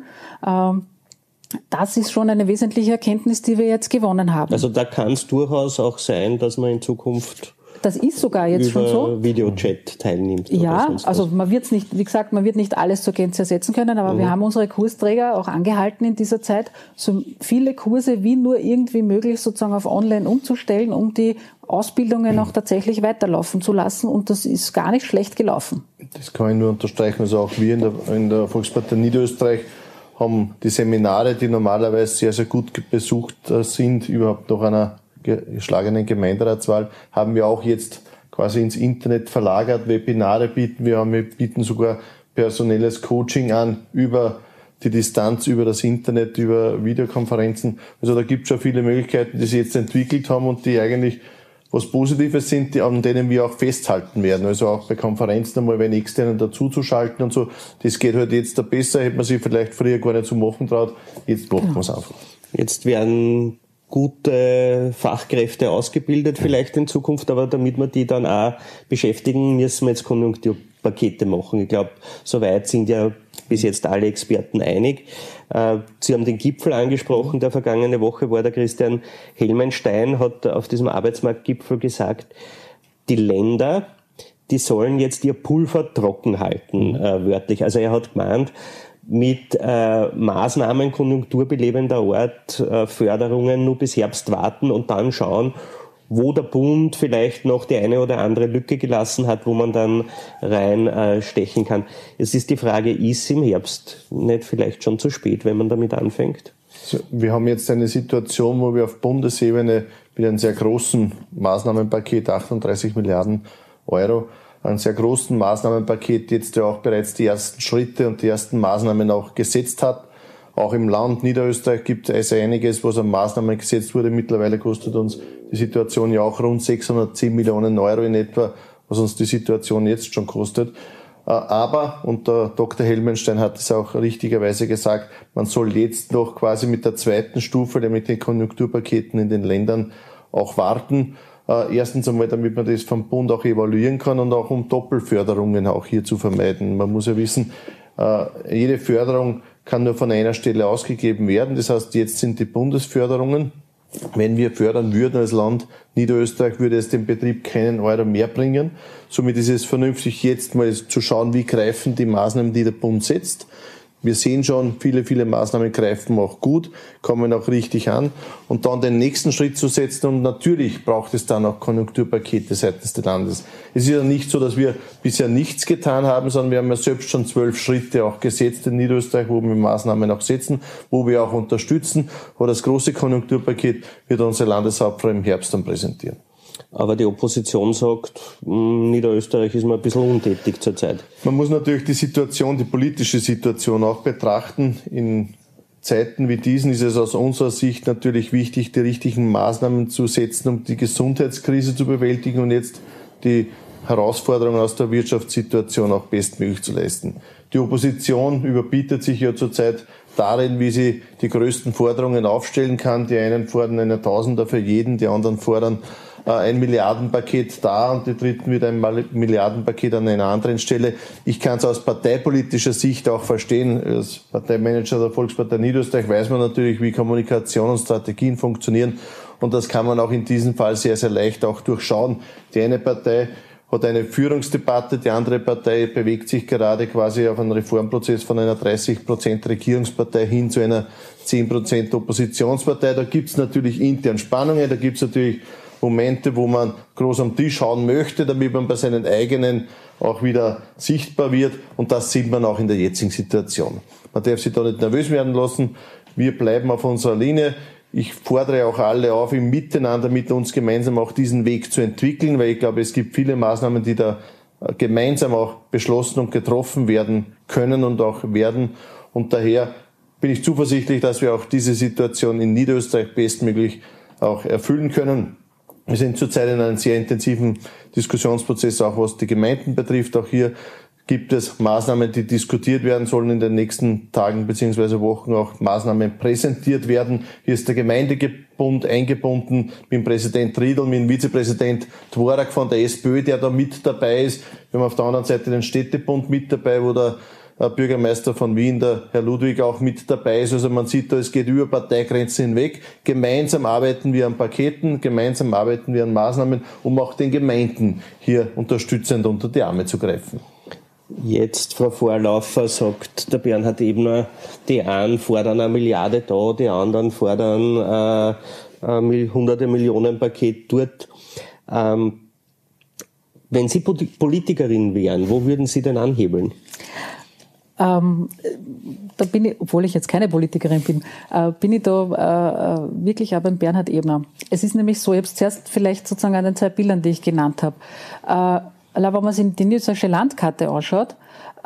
Das ist schon eine wesentliche Erkenntnis, die wir jetzt gewonnen haben. Also da kann es durchaus auch sein, dass man in Zukunft das ist sogar jetzt schon so. Über Videochat teilnimmt. Ja, also man wird nicht, wie gesagt, man wird nicht alles zur Gänze ersetzen können, aber wir haben unsere Kursträger auch angehalten in dieser Zeit, so viele Kurse wie nur irgendwie möglich sozusagen auf online umzustellen, um die Ausbildungen auch tatsächlich weiterlaufen zu lassen, und das ist gar nicht schlecht gelaufen. Das kann ich nur unterstreichen. Also auch wir in der Volkspartei Niederösterreich haben die Seminare, die normalerweise sehr, sehr gut besucht sind, überhaupt nach einer geschlagenen Gemeinderatswahl, haben wir auch jetzt quasi ins Internet verlagert. Webinare bieten wir bieten sogar personelles Coaching an über die Distanz, über das Internet, über Videokonferenzen. Also da gibt es schon viele Möglichkeiten, die sich jetzt entwickelt haben und die eigentlich was Positives sind, an denen wir auch festhalten werden. Also auch bei Konferenzen einmal wenn Externen dazuzuschalten und so. Das geht halt jetzt da besser, hätte man sich vielleicht früher gar nicht so machen traut. Jetzt macht man es einfach. Jetzt werden gute Fachkräfte ausgebildet vielleicht in Zukunft, aber damit wir die dann auch beschäftigen, müssen wir jetzt Konjunkturpakete machen. Ich glaube, soweit sind ja bis jetzt alle Experten einig. Sie haben den Gipfel angesprochen, der vergangene Woche war der Christian Helmenstein, hat auf diesem Arbeitsmarktgipfel gesagt, die Länder, die sollen jetzt ihr Pulver trocken halten, wörtlich. Also er hat gemeint, mit Maßnahmen konjunkturbelebender Art, Förderungen nur bis Herbst warten und dann schauen, wo der Bund vielleicht noch die eine oder andere Lücke gelassen hat, wo man dann reinstechen kann. Es ist die Frage, ist im Herbst nicht vielleicht schon zu spät, wenn man damit anfängt? Wir haben jetzt eine Situation, wo wir auf Bundesebene mit einem sehr großen Maßnahmenpaket, 38 Milliarden Euro, einem sehr großen Maßnahmenpaket jetzt ja auch bereits die ersten Schritte und die ersten Maßnahmen auch gesetzt hat. Auch im Land Niederösterreich gibt es einiges, was an Maßnahmen gesetzt wurde. Mittlerweile kostet uns die Situation ja auch rund 610 Millionen Euro in etwa, was uns die Situation jetzt schon kostet. Aber, und der Dr. Helmenstein hat es auch richtigerweise gesagt, man soll jetzt noch quasi mit der zweiten Stufe, mit den Konjunkturpaketen in den Ländern auch warten. Erstens einmal, damit man das vom Bund auch evaluieren kann und auch um Doppelförderungen auch hier zu vermeiden. Man muss ja wissen, jede Förderung kann nur von einer Stelle ausgegeben werden. Das heißt, jetzt sind die Bundesförderungen. Wenn wir fördern würden als Land Niederösterreich, würde es dem Betrieb keinen Euro mehr bringen. Somit ist es vernünftig, jetzt mal zu schauen, wie greifen die Maßnahmen, die der Bund setzt. Wir sehen schon, viele Maßnahmen greifen auch gut, kommen auch richtig an. Und dann den nächsten Schritt zu setzen. Und natürlich braucht es dann auch Konjunkturpakete seitens des Landes. Es ist ja nicht so, dass wir bisher nichts getan haben, sondern wir haben ja selbst schon 12 Schritte auch gesetzt in Niederösterreich, wo wir Maßnahmen auch setzen, wo wir auch unterstützen. Aber das große Konjunkturpaket wird unsere Landeshauptfrau im Herbst dann präsentieren. Aber die Opposition sagt, Niederösterreich ist mal ein bisschen untätig zurzeit. Man muss natürlich die politische Situation auch betrachten. In Zeiten wie diesen ist es aus unserer Sicht natürlich wichtig, die richtigen Maßnahmen zu setzen, um die Gesundheitskrise zu bewältigen und jetzt die Herausforderungen aus der Wirtschaftssituation auch bestmöglich zu leisten. Die Opposition überbietet sich ja zurzeit darin, wie sie die größten Forderungen aufstellen kann. Die einen fordern eine Tausender für jeden, die anderen fordern ein Milliardenpaket da und die dritten wieder ein Milliardenpaket an einer anderen Stelle. Ich kann es aus parteipolitischer Sicht auch verstehen. Als Parteimanager der Volkspartei Niederösterreich weiß man natürlich, wie Kommunikation und Strategien funktionieren. Und das kann man auch in diesem Fall sehr, sehr leicht auch durchschauen. Die eine Partei hat eine Führungsdebatte, die andere Partei bewegt sich gerade quasi auf einen Reformprozess von einer 30% Regierungspartei hin zu einer 10% Oppositionspartei. Da gibt es natürlich intern Spannungen, da gibt es natürlich Momente, wo man groß am Tisch hauen möchte, damit man bei seinen eigenen auch wieder sichtbar wird. Und das sieht man auch in der jetzigen Situation. Man darf sich da nicht nervös werden lassen. Wir bleiben auf unserer Linie. Ich fordere auch alle auf, im Miteinander mit uns gemeinsam auch diesen Weg zu entwickeln, weil ich glaube, es gibt viele Maßnahmen, die da gemeinsam auch beschlossen und getroffen werden können und auch werden. Und daher bin ich zuversichtlich, dass wir auch diese Situation in Niederösterreich bestmöglich auch erfüllen können. Wir sind zurzeit in einem sehr intensiven Diskussionsprozess, auch was die Gemeinden betrifft. Auch hier gibt es Maßnahmen, die diskutiert werden sollen in den nächsten Tagen bzw. Wochen, auch Maßnahmen präsentiert werden. Hier ist der Gemeindebund eingebunden mit dem Präsident Riedl, mit dem Vizepräsident Dvorak von der SPÖ, der da mit dabei ist. Wir haben auf der anderen Seite den Städtebund mit dabei, wo der Bürgermeister von Wien, der Herr Ludwig, auch mit dabei ist. Also man sieht da, es geht über Parteigrenzen hinweg. Gemeinsam arbeiten wir an Paketen, gemeinsam arbeiten wir an Maßnahmen, um auch den Gemeinden hier unterstützend unter die Arme zu greifen. Jetzt, Frau Vorlaufer, sagt der Bernhard Ebner, die einen fordern 1 Milliarde da, die anderen fordern hunderte Millionen Paket dort. Wenn Sie Politikerin wären, wo würden Sie denn anhebeln? Da bin ich, obwohl ich jetzt keine Politikerin bin, bin ich da wirklich auch beim Bernhard Ebner. Es ist nämlich so, ich habe es zuerst vielleicht sozusagen an den 2 Bildern, die ich genannt habe. Wenn man sich die niederösterreichische Landkarte anschaut,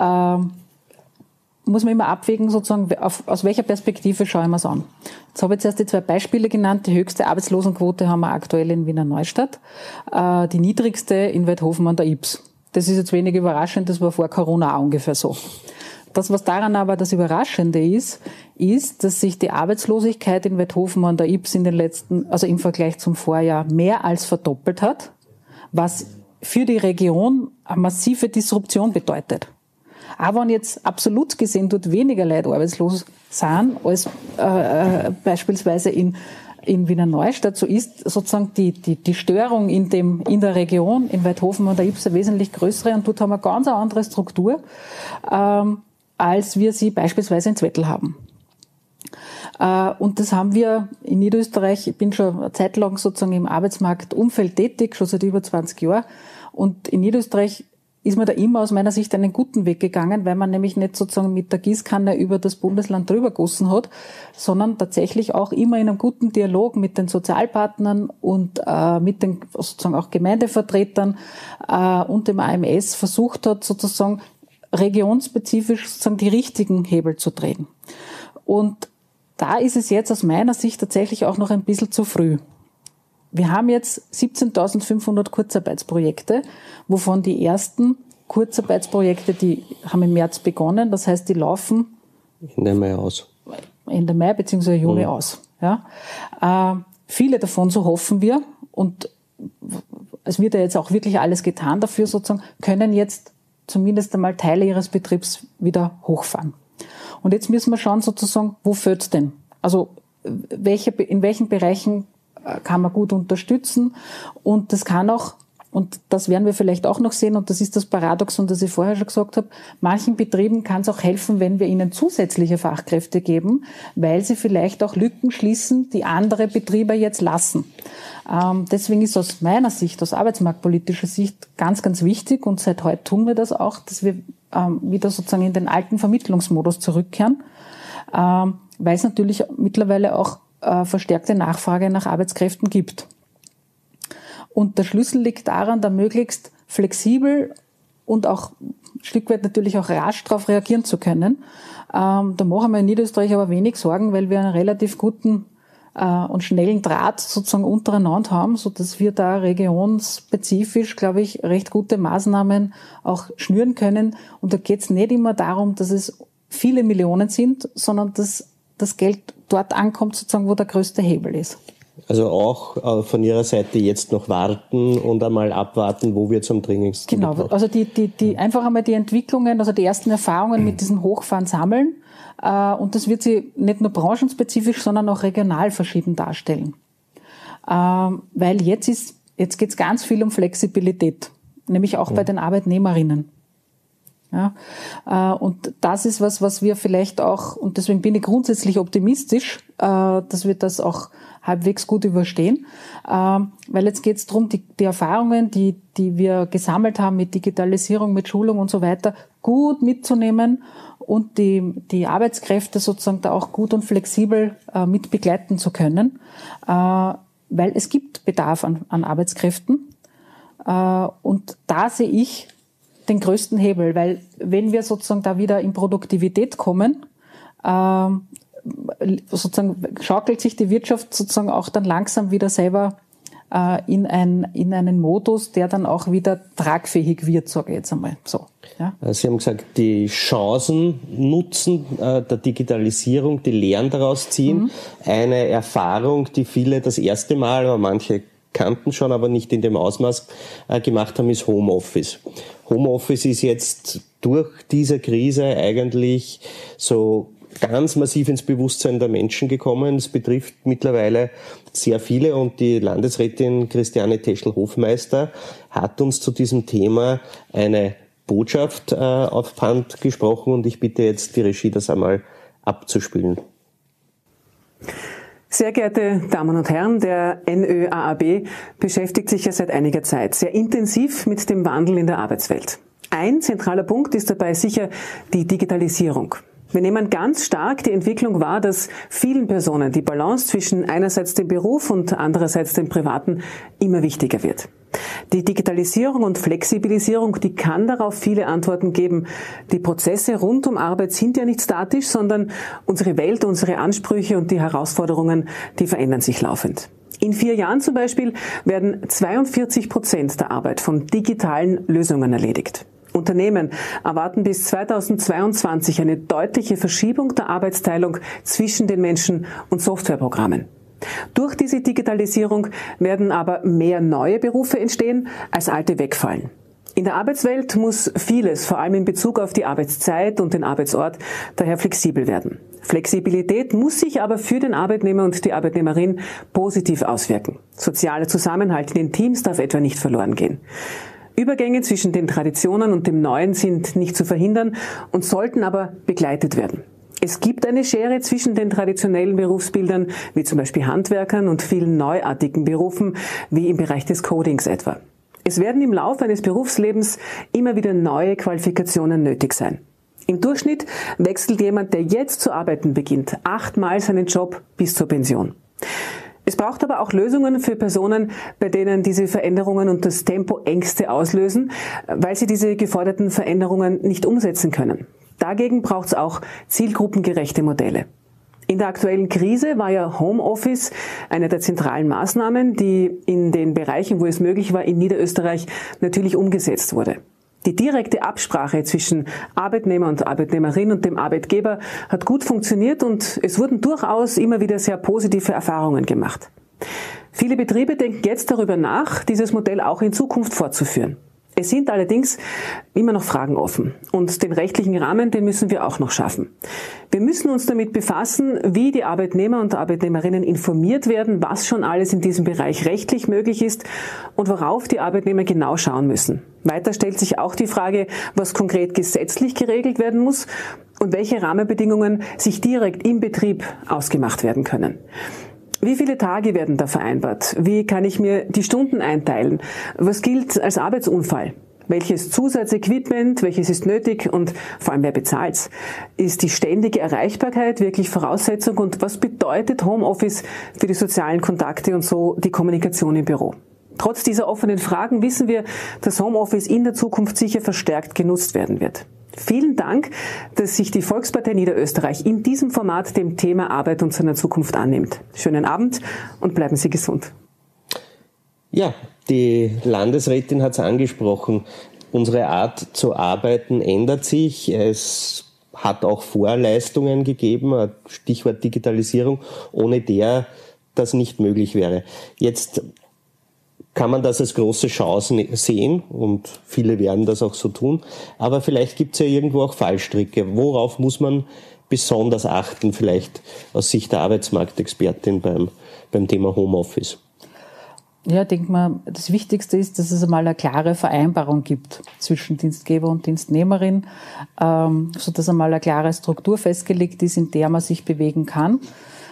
muss man immer abwägen, sozusagen, aus welcher Perspektive schaue ich mir es an. Jetzt habe ich zuerst die 2 Beispiele genannt. Die höchste Arbeitslosenquote haben wir aktuell in Wiener Neustadt, die niedrigste in Weidhofen an der Ybbs. Das ist jetzt wenig überraschend, das war vor Corona auch ungefähr so. Das, was daran aber das Überraschende ist, dass sich die Arbeitslosigkeit in Weidhofen an der Ybbs in den letzten, also im Vergleich zum Vorjahr, mehr als verdoppelt hat, was für die Region eine massive Disruption bedeutet. Aber wenn jetzt absolut gesehen dort weniger Leute arbeitslos sind, als beispielsweise in Wiener Neustadt, so ist sozusagen die Störung in der Region, in Weidhofen an der Ybbs, eine wesentlich größere, und dort haben wir eine ganz andere Struktur, als wir sie beispielsweise in Zwettl haben. Und das haben wir in Niederösterreich, ich bin schon eine Zeit lang sozusagen im Arbeitsmarktumfeld tätig, schon seit über 20 Jahren. Und in Niederösterreich ist man da immer aus meiner Sicht einen guten Weg gegangen, weil man nämlich nicht sozusagen mit der Gießkanne über das Bundesland drüber gegossen hat, sondern tatsächlich auch immer in einem guten Dialog mit den Sozialpartnern und mit den sozusagen auch Gemeindevertretern und dem AMS versucht hat, sozusagen regionspezifisch sozusagen die richtigen Hebel zu drehen. Und da ist es jetzt aus meiner Sicht tatsächlich auch noch ein bisschen zu früh. Wir haben jetzt 17.500 Kurzarbeitsprojekte, wovon die ersten Kurzarbeitsprojekte, die haben im März begonnen. Das heißt, die laufen Ende Mai aus. Ende Mai bzw. Juni aus. Ja. Viele davon, so hoffen wir, und es wird ja jetzt auch wirklich alles getan dafür sozusagen, können jetzt zumindest einmal Teile ihres Betriebs wieder hochfahren. Und jetzt müssen wir schauen sozusagen, wo fällt's denn? Also in welchen Bereichen kann man gut unterstützen, und das kann auch, und das werden wir vielleicht auch noch sehen, und das ist das Paradoxon, das ich vorher schon gesagt habe, manchen Betrieben kann es auch helfen, wenn wir ihnen zusätzliche Fachkräfte geben, weil sie vielleicht auch Lücken schließen, die andere Betriebe jetzt lassen. Deswegen ist aus meiner Sicht, aus arbeitsmarktpolitischer Sicht ganz, ganz wichtig, und seit heute tun wir das auch, dass wir wieder sozusagen in den alten Vermittlungsmodus zurückkehren, weil es natürlich mittlerweile auch verstärkte Nachfrage nach Arbeitskräften gibt. Und der Schlüssel liegt daran, da möglichst flexibel und auch ein Stück weit natürlich auch rasch darauf reagieren zu können. Da machen wir in Niederösterreich aber wenig Sorgen, weil wir einen relativ guten und schnellen Draht sozusagen untereinander haben, so dass wir da regionspezifisch, glaube ich, recht gute Maßnahmen auch schnüren können. Und da geht es nicht immer darum, dass es viele Millionen sind, sondern dass das Geld dort ankommt, sozusagen, wo der größte Hebel ist. Also auch von Ihrer Seite jetzt noch warten und einmal abwarten, wo wir zum dringendsten Genau, gebraucht. also die einfach einmal die Entwicklungen, also die ersten Erfahrungen mit diesem Hochfahren sammeln, und das wird sie nicht nur branchenspezifisch, sondern auch regional verschieden darstellen. Weil jetzt geht es ganz viel um Flexibilität, nämlich auch bei den Arbeitnehmerinnen. Ja, und das ist was wir vielleicht auch, und deswegen bin ich grundsätzlich optimistisch, dass wir das auch halbwegs gut überstehen, weil jetzt geht es darum, die Erfahrungen, die wir gesammelt haben mit Digitalisierung, mit Schulung und so weiter, gut mitzunehmen und die Arbeitskräfte sozusagen da auch gut und flexibel mit begleiten zu können, weil es gibt Bedarf an Arbeitskräften, und da sehe ich den größten Hebel, weil wenn wir sozusagen da wieder in Produktivität kommen, sozusagen schaukelt sich die Wirtschaft sozusagen auch dann langsam wieder selber in einen Modus, der dann auch wieder tragfähig wird, sage ich jetzt einmal so. Ja. Sie haben gesagt, die Chancen nutzen der Digitalisierung, die Lehren daraus ziehen. Eine Erfahrung, die viele das erste Mal, aber manche kannten schon, aber nicht in dem Ausmaß gemacht haben, ist Homeoffice. Homeoffice ist jetzt durch diese Krise eigentlich so ganz massiv ins Bewusstsein der Menschen gekommen. Es betrifft mittlerweile sehr viele, und die Landesrätin Christiane Teschl-Hofmeister hat uns zu diesem Thema eine Botschaft auf Band gesprochen, und ich bitte jetzt die Regie, das einmal abzuspielen. Sehr geehrte Damen und Herren, der NÖAAB beschäftigt sich ja seit einiger Zeit sehr intensiv mit dem Wandel in der Arbeitswelt. Ein zentraler Punkt ist dabei sicher die Digitalisierung. Wir nehmen ganz stark die Entwicklung wahr, dass vielen Personen die Balance zwischen einerseits dem Beruf und andererseits dem Privaten immer wichtiger wird. Die Digitalisierung und Flexibilisierung, die kann darauf viele Antworten geben. Die Prozesse rund um Arbeit sind ja nicht statisch, sondern unsere Welt, unsere Ansprüche und die Herausforderungen, die verändern sich laufend. In 4 Jahren zum Beispiel werden 42% der Arbeit von digitalen Lösungen erledigt. Unternehmen erwarten bis 2022 eine deutliche Verschiebung der Arbeitsteilung zwischen den Menschen und Softwareprogrammen. Durch diese Digitalisierung werden aber mehr neue Berufe entstehen, als alte wegfallen. In der Arbeitswelt muss vieles, vor allem in Bezug auf die Arbeitszeit und den Arbeitsort, daher flexibel werden. Flexibilität muss sich aber für den Arbeitnehmer und die Arbeitnehmerin positiv auswirken. Sozialer Zusammenhalt in den Teams darf etwa nicht verloren gehen. Übergänge zwischen den Traditionen und dem Neuen sind nicht zu verhindern und sollten aber begleitet werden. Es gibt eine Schere zwischen den traditionellen Berufsbildern, wie zum Beispiel Handwerkern, und vielen neuartigen Berufen, wie im Bereich des Codings etwa. Es werden im Laufe eines Berufslebens immer wieder neue Qualifikationen nötig sein. Im Durchschnitt wechselt jemand, der jetzt zu arbeiten beginnt, 8-mal seinen Job bis zur Pension. Es braucht aber auch Lösungen für Personen, bei denen diese Veränderungen und das Tempo Ängste auslösen, weil sie diese geforderten Veränderungen nicht umsetzen können. Dagegen braucht es auch zielgruppengerechte Modelle. In der aktuellen Krise war ja Homeoffice eine der zentralen Maßnahmen, die in den Bereichen, wo es möglich war, in Niederösterreich natürlich umgesetzt wurde. Die direkte Absprache zwischen Arbeitnehmer und Arbeitnehmerin und dem Arbeitgeber hat gut funktioniert und es wurden durchaus immer wieder sehr positive Erfahrungen gemacht. Viele Betriebe denken jetzt darüber nach, dieses Modell auch in Zukunft fortzuführen. Es sind allerdings immer noch Fragen offen und den rechtlichen Rahmen, den müssen wir auch noch schaffen. Wir müssen uns damit befassen, wie die Arbeitnehmer und Arbeitnehmerinnen informiert werden, was schon alles in diesem Bereich rechtlich möglich ist und worauf die Arbeitnehmer genau schauen müssen. Weiter stellt sich auch die Frage, was konkret gesetzlich geregelt werden muss und welche Rahmenbedingungen sich direkt im Betrieb ausgemacht werden können. Wie viele Tage werden da vereinbart? Wie kann ich mir die Stunden einteilen? Was gilt als Arbeitsunfall? Welches Zusatzequipment, welches ist nötig und vor allem wer bezahlt's? Ist die ständige Erreichbarkeit wirklich Voraussetzung und was bedeutet Homeoffice für die sozialen Kontakte und so die Kommunikation im Büro? Trotz dieser offenen Fragen wissen wir, dass Homeoffice in der Zukunft sicher verstärkt genutzt werden wird. Vielen Dank, dass sich die Volkspartei Niederösterreich in diesem Format dem Thema Arbeit und seiner Zukunft annimmt. Schönen Abend und bleiben Sie gesund. Ja, die Landesrätin hat es angesprochen. Unsere Art zu arbeiten ändert sich. Es hat auch Vorleistungen gegeben, Stichwort Digitalisierung, ohne der das nicht möglich wäre. Jetzt kann man das als große Chance sehen und viele werden das auch so tun. Aber vielleicht gibt es ja irgendwo auch Fallstricke. Worauf muss man besonders achten, vielleicht aus Sicht der Arbeitsmarktexpertin beim Thema Homeoffice? Ja, ich denke mal, das Wichtigste ist, dass es einmal eine klare Vereinbarung gibt zwischen Dienstgeber und Dienstnehmerin, sodass einmal eine klare Struktur festgelegt ist, in der man sich bewegen kann.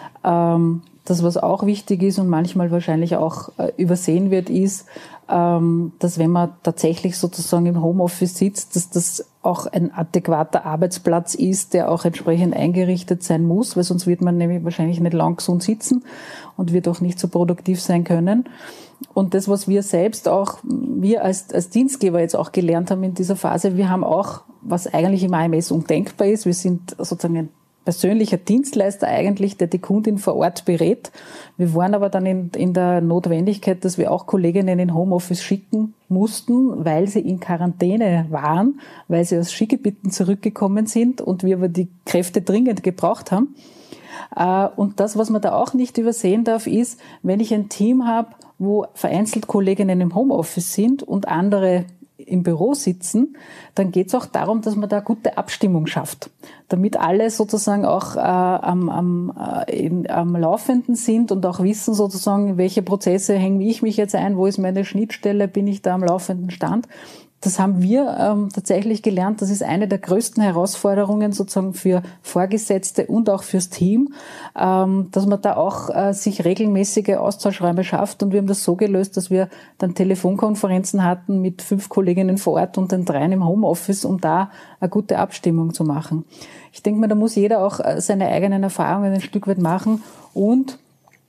Das, was auch wichtig ist und manchmal wahrscheinlich auch übersehen wird, ist, dass wenn man tatsächlich sozusagen im Homeoffice sitzt, dass das auch ein adäquater Arbeitsplatz ist, der auch entsprechend eingerichtet sein muss, weil sonst wird man nämlich wahrscheinlich nicht lang gesund sitzen und wird auch nicht so produktiv sein können. Und das, was wir selbst auch, wir als Dienstgeber jetzt auch gelernt haben in dieser Phase, wir haben auch, was eigentlich im AMS undenkbar ist, wir sind sozusagen ein persönlicher Dienstleister eigentlich, der die Kundin vor Ort berät. Wir waren aber dann in der Notwendigkeit, dass wir auch Kolleginnen in Homeoffice schicken mussten, weil sie in Quarantäne waren, weil sie aus Skigebieten zurückgekommen sind und wir aber die Kräfte dringend gebraucht haben. Und das, was man da auch nicht übersehen darf, ist, wenn ich ein Team habe, wo vereinzelt Kolleginnen im Homeoffice sind und andere im Büro sitzen, dann geht es auch darum, dass man da gute Abstimmung schafft, damit alle sozusagen auch am Laufenden sind und auch wissen sozusagen, welche Prozesse hänge ich mich jetzt ein, wo ist meine Schnittstelle, bin ich da am laufenden Stand. Das haben wir tatsächlich gelernt. Das ist eine der größten Herausforderungen sozusagen für Vorgesetzte und auch fürs Team, dass man da auch sich regelmäßige Austauschräume schafft. Und wir haben das so gelöst, dass wir dann Telefonkonferenzen hatten mit 5 Kolleginnen vor Ort und dann 3 im Homeoffice, um da eine gute Abstimmung zu machen. Ich denke mal, da muss jeder auch seine eigenen Erfahrungen ein Stück weit machen und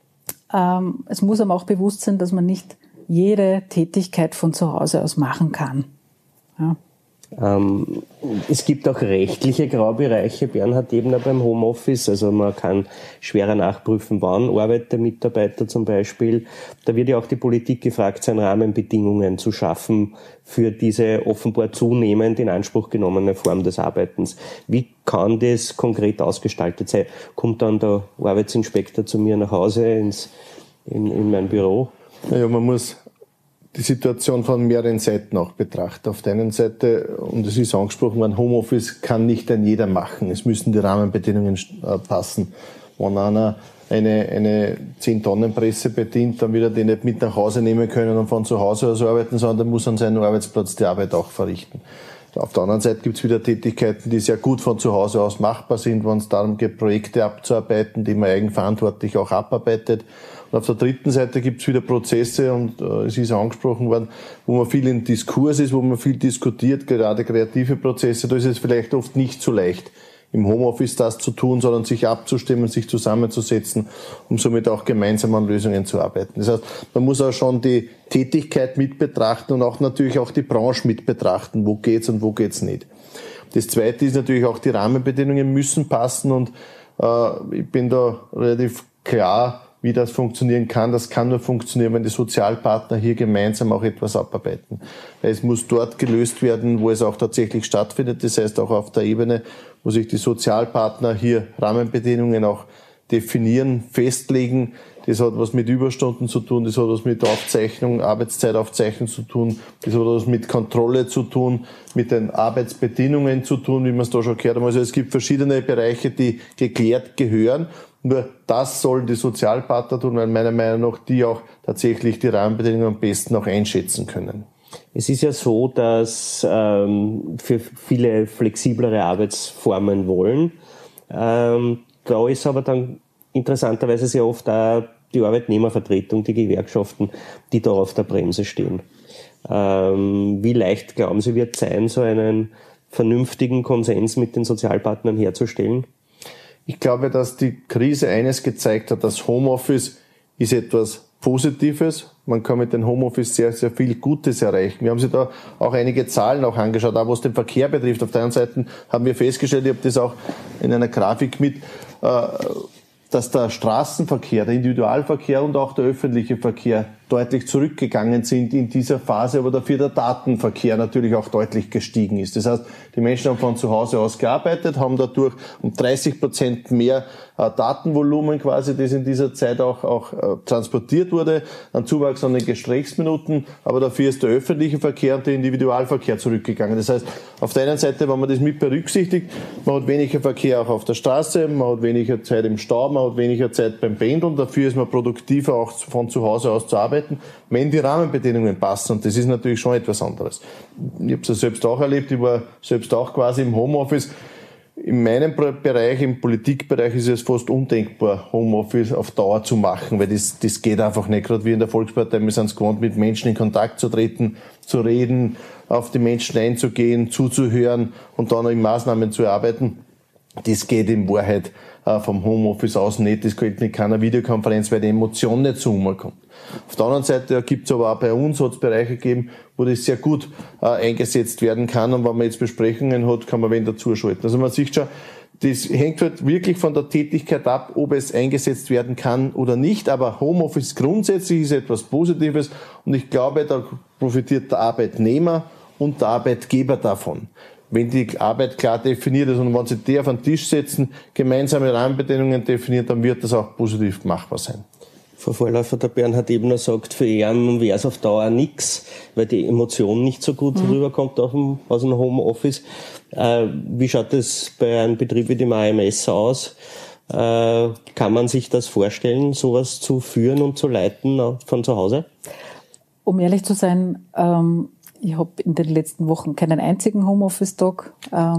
es muss einem auch bewusst sein, dass man nicht jede Tätigkeit von zu Hause aus machen kann. Ja. Es gibt auch rechtliche Graubereiche, Bernhard Ebner, beim Homeoffice. Also man kann schwerer nachprüfen, wann arbeitet der Mitarbeiter zum Beispiel. Da wird ja auch die Politik gefragt sein, Rahmenbedingungen zu schaffen für diese offenbar zunehmend in Anspruch genommene Form des Arbeitens. Wie kann das konkret ausgestaltet sein? Kommt dann der Arbeitsinspektor zu mir nach Hause in mein Büro? Ja, man muss die Situation von mehreren Seiten auch betrachten. Auf der einen Seite, und es ist angesprochen worden, Homeoffice kann nicht ein jeder machen. Es müssen die Rahmenbedingungen passen. Wenn einer eine 10-Tonnen-Presse bedient, dann wird er die nicht mit nach Hause nehmen können und von zu Hause aus arbeiten, sondern muss an seinem Arbeitsplatz die Arbeit auch verrichten. Auf der anderen Seite gibt es wieder Tätigkeiten, die sehr gut von zu Hause aus machbar sind, wenn es darum geht, Projekte abzuarbeiten, die man eigenverantwortlich auch abarbeitet. Und auf der dritten Seite gibt es wieder Prozesse, und es ist angesprochen worden, wo man viel in Diskurs ist, wo man viel diskutiert, gerade kreative Prozesse. Da ist es vielleicht oft nicht so leicht, im Homeoffice das zu tun, sondern sich abzustimmen, sich zusammenzusetzen, um somit auch gemeinsam an Lösungen zu arbeiten. Das heißt, man muss auch schon die Tätigkeit mit betrachten und auch natürlich auch die Branche mit betrachten, wo geht's und wo geht's nicht. Das Zweite ist natürlich auch, die Rahmenbedingungen müssen passen, und ich bin da relativ klar, wie das funktionieren kann. Das kann nur funktionieren, wenn die Sozialpartner hier gemeinsam auch etwas abarbeiten. Weil es muss dort gelöst werden, wo es auch tatsächlich stattfindet. Das heißt auch auf der Ebene, wo sich die Sozialpartner hier Rahmenbedingungen auch definieren, festlegen. Das hat was mit Überstunden zu tun, das hat was mit Aufzeichnung, Arbeitszeitaufzeichnung zu tun, das hat was mit Kontrolle zu tun, mit den Arbeitsbedingungen zu tun, wie wir es da schon gehört haben. Also es gibt verschiedene Bereiche, die geklärt gehören. Nur das sollen die Sozialpartner tun, weil meiner Meinung nach die auch tatsächlich die Rahmenbedingungen am besten auch einschätzen können. Es ist ja so, dass für viele flexiblere Arbeitsformen wollen. Da ist aber dann interessanterweise sehr oft auch die Arbeitnehmervertretung, die Gewerkschaften, die da auf der Bremse stehen. Wie leicht, glauben Sie, wird es sein, so einen vernünftigen Konsens mit den Sozialpartnern herzustellen? Ich glaube, dass die Krise eines gezeigt hat, dass Homeoffice ist etwas Positives. Man kann mit dem Homeoffice sehr, sehr viel Gutes erreichen. Wir haben sich da auch einige Zahlen auch angeschaut, auch was den Verkehr betrifft. Auf der einen Seite haben wir festgestellt, ich habe das auch in einer Grafik mit, dass der Straßenverkehr, der Individualverkehr und auch der öffentliche Verkehr deutlich zurückgegangen sind in dieser Phase, aber dafür der Datenverkehr natürlich auch deutlich gestiegen ist. Das heißt, die Menschen haben von zu Hause aus gearbeitet, haben dadurch um 30% mehr Datenvolumen quasi, das in dieser Zeit auch transportiert wurde, ein Zuwachs an den Gesprächsminuten, aber dafür ist der öffentliche Verkehr und der Individualverkehr zurückgegangen. Das heißt, auf der einen Seite, wenn man das mit berücksichtigt, man hat weniger Verkehr auch auf der Straße, man hat weniger Zeit im Stau, man hat weniger Zeit beim Pendeln, dafür ist man produktiver auch von zu Hause aus zu arbeiten, wenn die Rahmenbedingungen passen, und das ist natürlich schon etwas anderes. Ich habe es ja selbst auch erlebt, ich war selbst auch quasi im Homeoffice. In meinem Bereich, im Politikbereich, ist es fast undenkbar, Homeoffice auf Dauer zu machen, weil das geht einfach nicht. Gerade wir in der Volkspartei, wir sind es gewohnt, mit Menschen in Kontakt zu treten, zu reden, auf die Menschen einzugehen, zuzuhören und dann in Maßnahmen zu erarbeiten. Das geht in Wahrheit vom Homeoffice aus nicht. Das geht mit keiner Videokonferenz, weil die Emotion nicht zu kommt. Auf der anderen Seite gibt es aber auch bei uns, hat es Bereiche gegeben, wo das sehr gut eingesetzt werden kann, und wenn man jetzt Besprechungen hat, kann man wen dazuschalten. Also man sieht schon, das hängt halt wirklich von der Tätigkeit ab, ob es eingesetzt werden kann oder nicht, aber Homeoffice grundsätzlich ist etwas Positives, und ich glaube, da profitiert der Arbeitnehmer und der Arbeitgeber davon. Wenn die Arbeit klar definiert ist und wenn sie die auf den Tisch setzen, gemeinsame Rahmenbedingungen definieren, dann wird das auch positiv machbar sein. Frau Vorläufer, der Bernhard Ebner sagt, für ihn wäre es auf Dauer nichts, weil die Emotion nicht so gut rüberkommt aus dem Homeoffice. Wie schaut das bei einem Betrieb wie dem AMS aus? Kann man sich das vorstellen, sowas zu führen und zu leiten von zu Hause? Um ehrlich zu sein, ich habe in den letzten Wochen keinen einzigen Homeoffice-Tag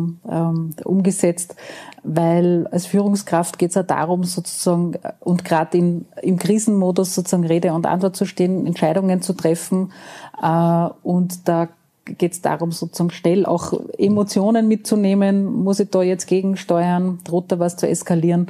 umgesetzt, weil als Führungskraft geht es auch darum, sozusagen, und gerade im Krisenmodus sozusagen Rede und Antwort zu stehen, Entscheidungen zu treffen, und da geht es darum, sozusagen schnell auch Emotionen mitzunehmen. Muss ich da jetzt gegensteuern? Droht da was zu eskalieren?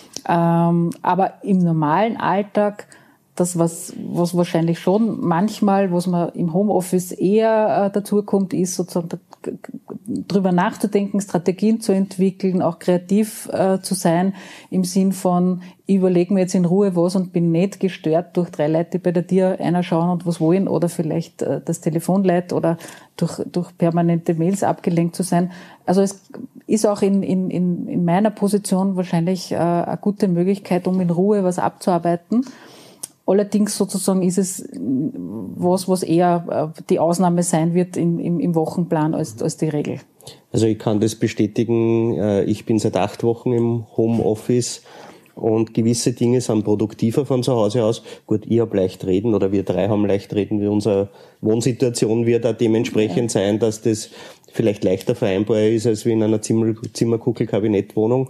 Aber im normalen Alltag, das, was wahrscheinlich schon manchmal, was man im Homeoffice eher dazu kommt, ist sozusagen drüber nachzudenken, Strategien zu entwickeln, auch kreativ zu sein, im Sinn von, ich überlege mir jetzt in Ruhe was und bin nicht gestört durch 3 Leute, die bei der Tür einer schauen und was wollen, oder vielleicht das Telefon leiht oder durch permanente Mails abgelenkt zu sein. Also es ist auch in meiner Position wahrscheinlich eine gute Möglichkeit, um in Ruhe was abzuarbeiten. Allerdings sozusagen ist es was eher die Ausnahme sein wird im Wochenplan als die Regel. Also ich kann das bestätigen. Ich bin seit 8 Wochen im Homeoffice und gewisse Dinge sind produktiver von zu Hause aus. Gut, ich habe leicht reden oder wir drei haben leicht reden, wie unsere Wohnsituation wird auch dementsprechend sein, dass das vielleicht leichter vereinbar ist, als wie in einer Zimmerkuckel-Kabinettwohnung.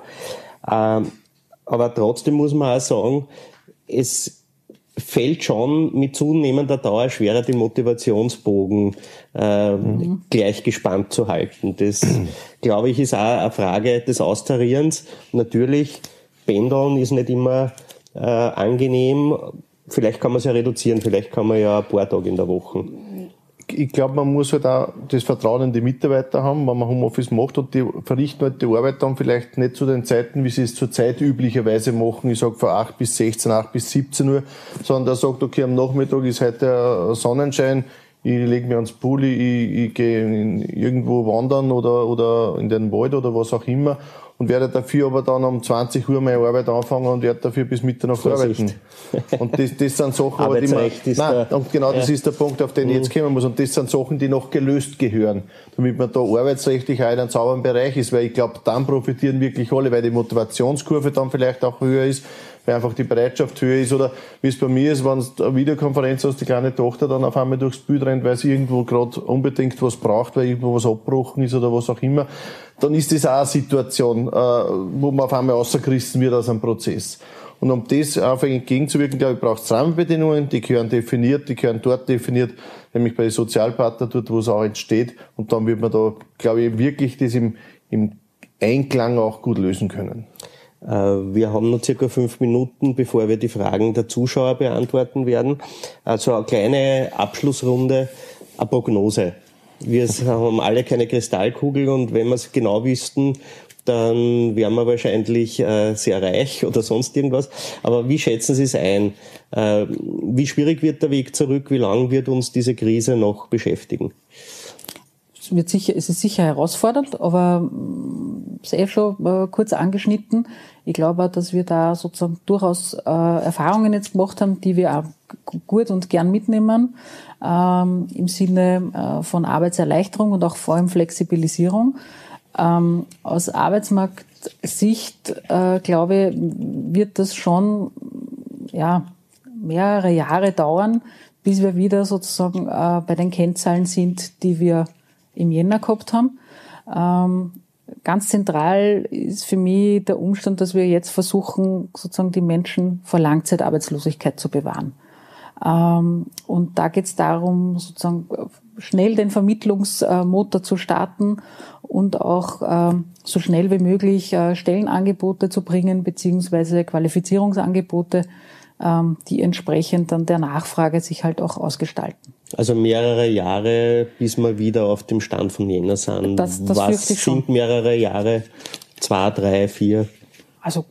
Aber trotzdem muss man auch sagen, es fällt schon mit zunehmender Dauer schwerer, den Motivationsbogen gleich gespannt zu halten. Das, glaube ich, ist auch eine Frage des Austarierens. Natürlich, Pendeln ist nicht immer angenehm. Vielleicht kann man es ja reduzieren, vielleicht kann man ja ein paar Tage in der Woche. Ich glaube, man muss halt auch das Vertrauen in die Mitarbeiter haben, wenn man Homeoffice macht, und die verrichten halt die Arbeit dann vielleicht nicht zu den Zeiten, wie sie es zurzeit üblicherweise machen. Ich sage von 8 bis 16, 8 bis 17 Uhr, sondern der sagt, okay, am Nachmittag ist heute Sonnenschein, ich lege mich ans Pool, ich gehe irgendwo wandern oder in den Wald oder was auch immer und werde dafür aber dann um 20 Uhr meine Arbeit anfangen und werde dafür bis Mitternacht arbeiten. Und das sind Sachen, aber die und genau das ist der Punkt, auf den ich jetzt kommen muss. Und das sind Sachen, die noch gelöst gehören, damit man da arbeitsrechtlich auch in einem sauberen Bereich ist, weil ich glaube, dann profitieren wirklich alle, weil die Motivationskurve dann vielleicht auch höher ist, weil einfach die Bereitschaft höher ist, oder wie es bei mir ist, wenn du eine Videokonferenz hast, die kleine Tochter dann auf einmal durchs Bild rennt, weil sie irgendwo gerade unbedingt was braucht, weil irgendwo was abgebrochen ist oder was auch immer, dann ist das auch eine Situation, wo man auf einmal rausgerissen wird aus einem Prozess. Und um das einfach entgegenzuwirken, glaube ich, braucht es Rahmenbedingungen, die gehören definiert, die gehören dort definiert, nämlich bei den Sozialpartnern, dort, wo es auch entsteht, und dann wird man da, glaube ich, wirklich das im Einklang auch gut lösen können. Wir haben noch circa 5 Minuten, bevor wir die Fragen der Zuschauer beantworten werden. Also eine kleine Abschlussrunde, eine Prognose. Wir haben alle keine Kristallkugel, und wenn wir es genau wüssten, dann wären wir wahrscheinlich sehr reich oder sonst irgendwas. Aber wie schätzen Sie es ein? Wie schwierig wird der Weg zurück? Wie lange wird uns diese Krise noch beschäftigen? Es ist sicher herausfordernd, aber es ist schon kurz angeschnitten. Ich glaube auch, dass wir da sozusagen durchaus Erfahrungen jetzt gemacht haben, die wir auch gut und gern mitnehmen, im Sinne von Arbeitserleichterung und auch vor allem Flexibilisierung. Aus Arbeitsmarktsicht, glaube ich, wird das schon mehrere Jahre dauern, bis wir wieder sozusagen bei den Kennzahlen sind, die wir im Jänner gehabt haben. Ganz zentral ist für mich der Umstand, dass wir jetzt versuchen, sozusagen die Menschen vor Langzeitarbeitslosigkeit zu bewahren. Und da geht es darum, sozusagen schnell den Vermittlungsmotor zu starten und auch so schnell wie möglich Stellenangebote zu bringen, beziehungsweise Qualifizierungsangebote, die entsprechend dann der Nachfrage sich halt auch ausgestalten. Also mehrere Jahre, bis wir wieder auf dem Stand von Jänner sind. Das Was sind schon mehrere Jahre? 2, 3, 4? Also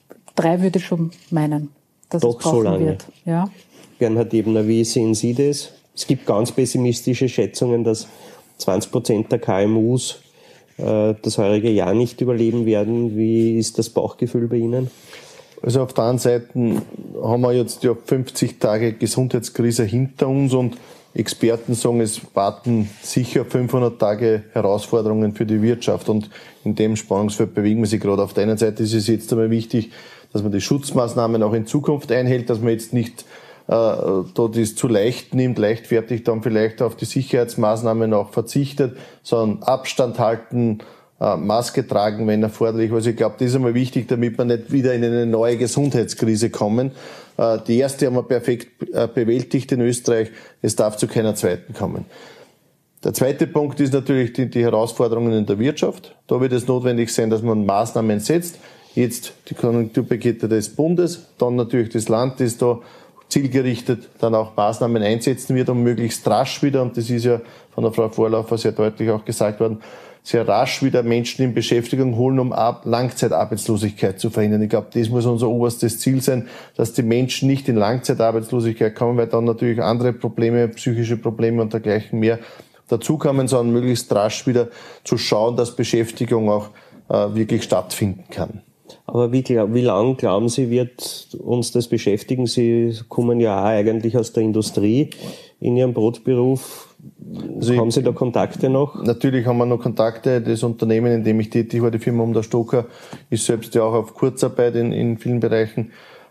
3 würde ich schon meinen, dass doch es brauchen so lange wird. Ja. Bernhard Ebner, wie sehen Sie das? Es gibt ganz pessimistische Schätzungen, dass 20% der KMUs das heurige Jahr nicht überleben werden. Wie ist das Bauchgefühl bei Ihnen? Also auf der einen Seite haben wir jetzt ja 50 Tage Gesundheitskrise hinter uns, und Experten sagen, es warten sicher 500 Tage Herausforderungen für die Wirtschaft, und in dem Spannungsfeld bewegen wir sich gerade. Auf der einen Seite ist es jetzt einmal wichtig, dass man die Schutzmaßnahmen auch in Zukunft einhält, dass man jetzt nicht da das zu leicht nimmt, leichtfertig dann vielleicht auf die Sicherheitsmaßnahmen auch verzichtet, sondern Abstand halten, Maske tragen, wenn erforderlich. Also ich glaube, das ist einmal wichtig, damit wir nicht wieder in eine neue Gesundheitskrise kommen. Die erste haben wir perfekt bewältigt in Österreich. Es darf zu keiner zweiten kommen. Der zweite Punkt ist natürlich die Herausforderungen in der Wirtschaft. Da wird es notwendig sein, dass man Maßnahmen setzt. Jetzt die Konjunkturpakete des Bundes, dann natürlich das Land, das da zielgerichtet dann auch Maßnahmen einsetzen wird, um möglichst rasch wieder, und das ist ja von der Frau Vorläufer sehr deutlich auch gesagt worden, sehr rasch wieder Menschen in Beschäftigung holen, um Langzeitarbeitslosigkeit zu verhindern. Ich glaube, das muss unser oberstes Ziel sein, dass die Menschen nicht in Langzeitarbeitslosigkeit kommen, weil dann natürlich andere Probleme, psychische Probleme und dergleichen mehr dazukommen, sondern möglichst rasch wieder zu schauen, dass Beschäftigung auch wirklich stattfinden kann. Aber wie lange, glauben Sie, wird uns das beschäftigen? Sie kommen ja auch eigentlich aus der Industrie in Ihrem Brotberuf. Also haben Sie da Kontakte noch? Natürlich haben wir noch Kontakte. Das Unternehmen, in dem ich tätig war, die Firma um der Stocker, ist selbst ja auch auf Kurzarbeit in vielen Bereichen.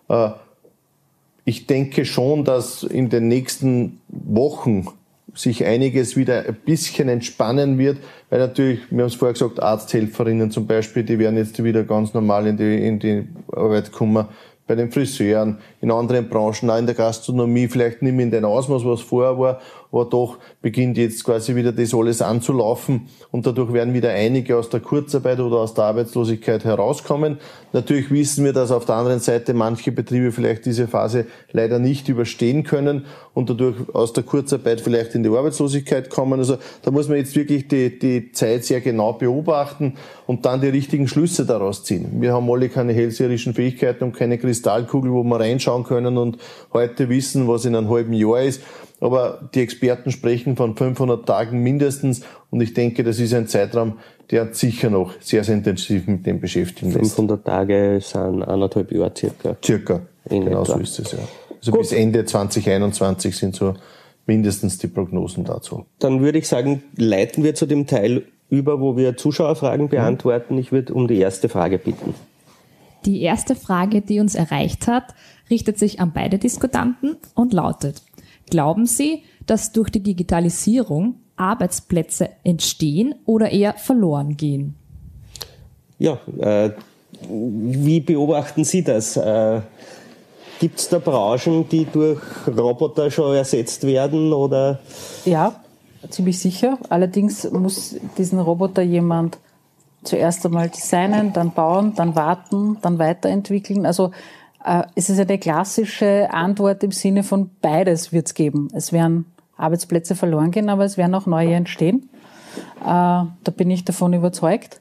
Ich denke schon, dass in den nächsten Wochen sich einiges wieder ein bisschen entspannen wird, weil natürlich, wir haben es vorher gesagt, Arzthelferinnen zum Beispiel, die werden jetzt wieder ganz normal in die Arbeit kommen, bei den Friseuren, in anderen Branchen, auch in der Gastronomie, vielleicht nicht mehr in dem Ausmaß, was vorher war, aber doch beginnt jetzt quasi wieder das alles anzulaufen und dadurch werden wieder einige aus der Kurzarbeit oder aus der Arbeitslosigkeit herauskommen. Natürlich wissen wir, dass auf der anderen Seite manche Betriebe vielleicht diese Phase leider nicht überstehen können und dadurch aus der Kurzarbeit vielleicht in die Arbeitslosigkeit kommen. Also da muss man jetzt wirklich die Zeit sehr genau beobachten und dann die richtigen Schlüsse daraus ziehen. Wir haben alle keine hellseherischen Fähigkeiten und keine Kristallkugel, wo wir reinschauen können und heute wissen, was in einem halben Jahr ist. Aber die Experten sprechen von 500 Tagen mindestens und ich denke, das ist ein Zeitraum, der sicher noch sehr, sehr intensiv mit dem beschäftigen lässt. 500 Tage sind 1,5 Jahre circa. Circa, genau so ist es, ja. Also bis Ende 2021 sind so mindestens die Prognosen dazu. Dann würde ich sagen, leiten wir zu dem Teil über, wo wir Zuschauerfragen beantworten. Ich würde um die erste Frage bitten. Die erste Frage, die uns erreicht hat, richtet sich an beide Diskutanten und lautet: Glauben Sie, dass durch die Digitalisierung Arbeitsplätze entstehen oder eher verloren gehen? Ja, wie beobachten Sie das? Gibt es da Branchen, die durch Roboter schon ersetzt werden? Oder? Ja, ziemlich sicher. Allerdings muss diesen Roboter jemand zuerst einmal designen, dann bauen, dann warten, dann weiterentwickeln. Also es ist eine klassische Antwort im Sinne von beides wird es geben. Es werden Arbeitsplätze verloren gehen, aber es werden auch neue entstehen. Da bin ich davon überzeugt.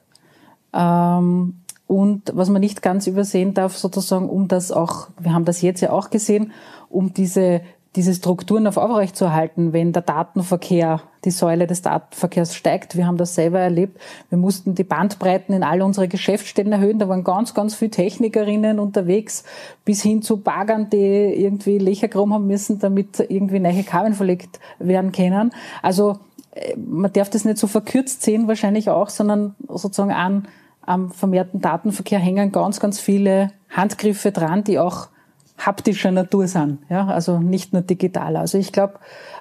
Und was man nicht ganz übersehen darf, sozusagen, um das auch, wir haben das jetzt ja auch gesehen, um diese Strukturen aufrechtzuerhalten, wenn der Datenverkehr, die Säule des Datenverkehrs steigt. Wir haben das selber erlebt. Wir mussten die Bandbreiten in all unsere Geschäftsstellen erhöhen. Da waren ganz, ganz viele Technikerinnen unterwegs, bis hin zu Baggern, die irgendwie Löcher graben haben müssen, damit irgendwie neue Kabel verlegt werden können. Also man darf das nicht so verkürzt sehen, wahrscheinlich auch, sondern sozusagen am vermehrten Datenverkehr hängen ganz, ganz viele Handgriffe dran, die auch haptischer Natur sind, ja, also nicht nur digital. Also ich glaube,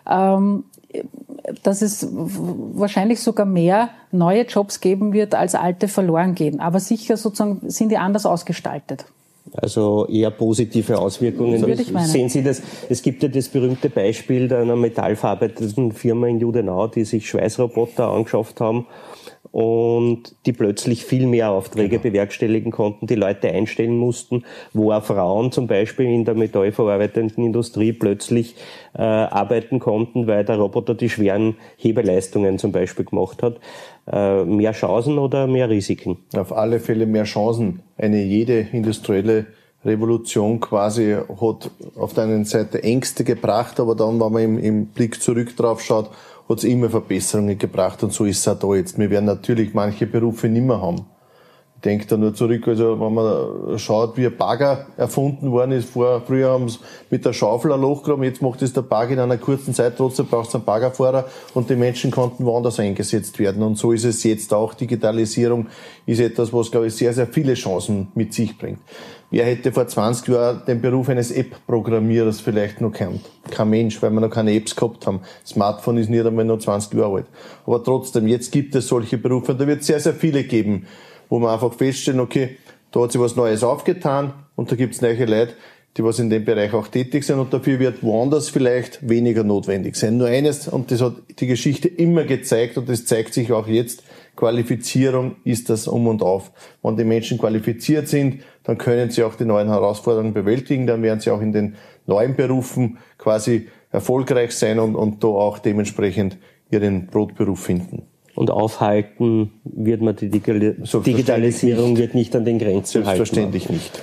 dass es wahrscheinlich sogar mehr neue Jobs geben wird, als alte verloren gehen. Aber sicher sozusagen sind die anders ausgestaltet. Also eher positive Auswirkungen. Würde ich meinen. Sehen Sie das? Es gibt ja das berühmte Beispiel einer metallverarbeitenden Firma in Judenau, die sich Schweißroboter angeschafft haben und die plötzlich viel mehr Aufträge bewerkstelligen konnten, die Leute einstellen mussten, wo auch Frauen zum Beispiel in der metallverarbeitenden Industrie plötzlich arbeiten konnten, weil der Roboter die schweren Hebeleistungen zum Beispiel gemacht hat. Mehr Chancen oder mehr Risiken? Auf alle Fälle mehr Chancen. Jede industrielle Revolution quasi hat auf der einen Seite Ängste gebracht, aber dann, wenn man im Blick zurück drauf schaut, hat es immer Verbesserungen gebracht und so ist es auch da jetzt. Wir werden natürlich manche Berufe nicht mehr haben. Ich denke da nur zurück, also wenn man schaut, wie ein Bagger erfunden worden ist, früher haben sie mit der Schaufel ein Loch gegraben, jetzt macht es der Bagger in einer kurzen Zeit, trotzdem braucht es einen Baggerfahrer und die Menschen konnten woanders eingesetzt werden und so ist es jetzt auch. Digitalisierung ist etwas, was, glaube ich, sehr, sehr viele Chancen mit sich bringt. Wer hätte vor 20 Jahren den Beruf eines App-Programmierers vielleicht noch gekannt? Kein Mensch, weil wir noch keine Apps gehabt haben. Smartphone ist nicht einmal noch 20 Jahre alt. Aber trotzdem, jetzt gibt es solche Berufe und da wird es sehr, sehr viele geben, wo man einfach feststellen, okay, da hat sich was Neues aufgetan und da gibt es neue Leute, die was in dem Bereich auch tätig sind und dafür wird woanders vielleicht weniger notwendig sein. Nur eines, und das hat die Geschichte immer gezeigt und das zeigt sich auch jetzt, Qualifizierung ist das Um und Auf. Wenn die Menschen qualifiziert sind, dann können sie auch die neuen Herausforderungen bewältigen, dann werden sie auch in den neuen Berufen quasi erfolgreich sein und da auch dementsprechend ihren Brotberuf finden. Und aufhalten wird man die Digitalisierung wird nicht an den Grenzen halten. Selbstverständlich nicht.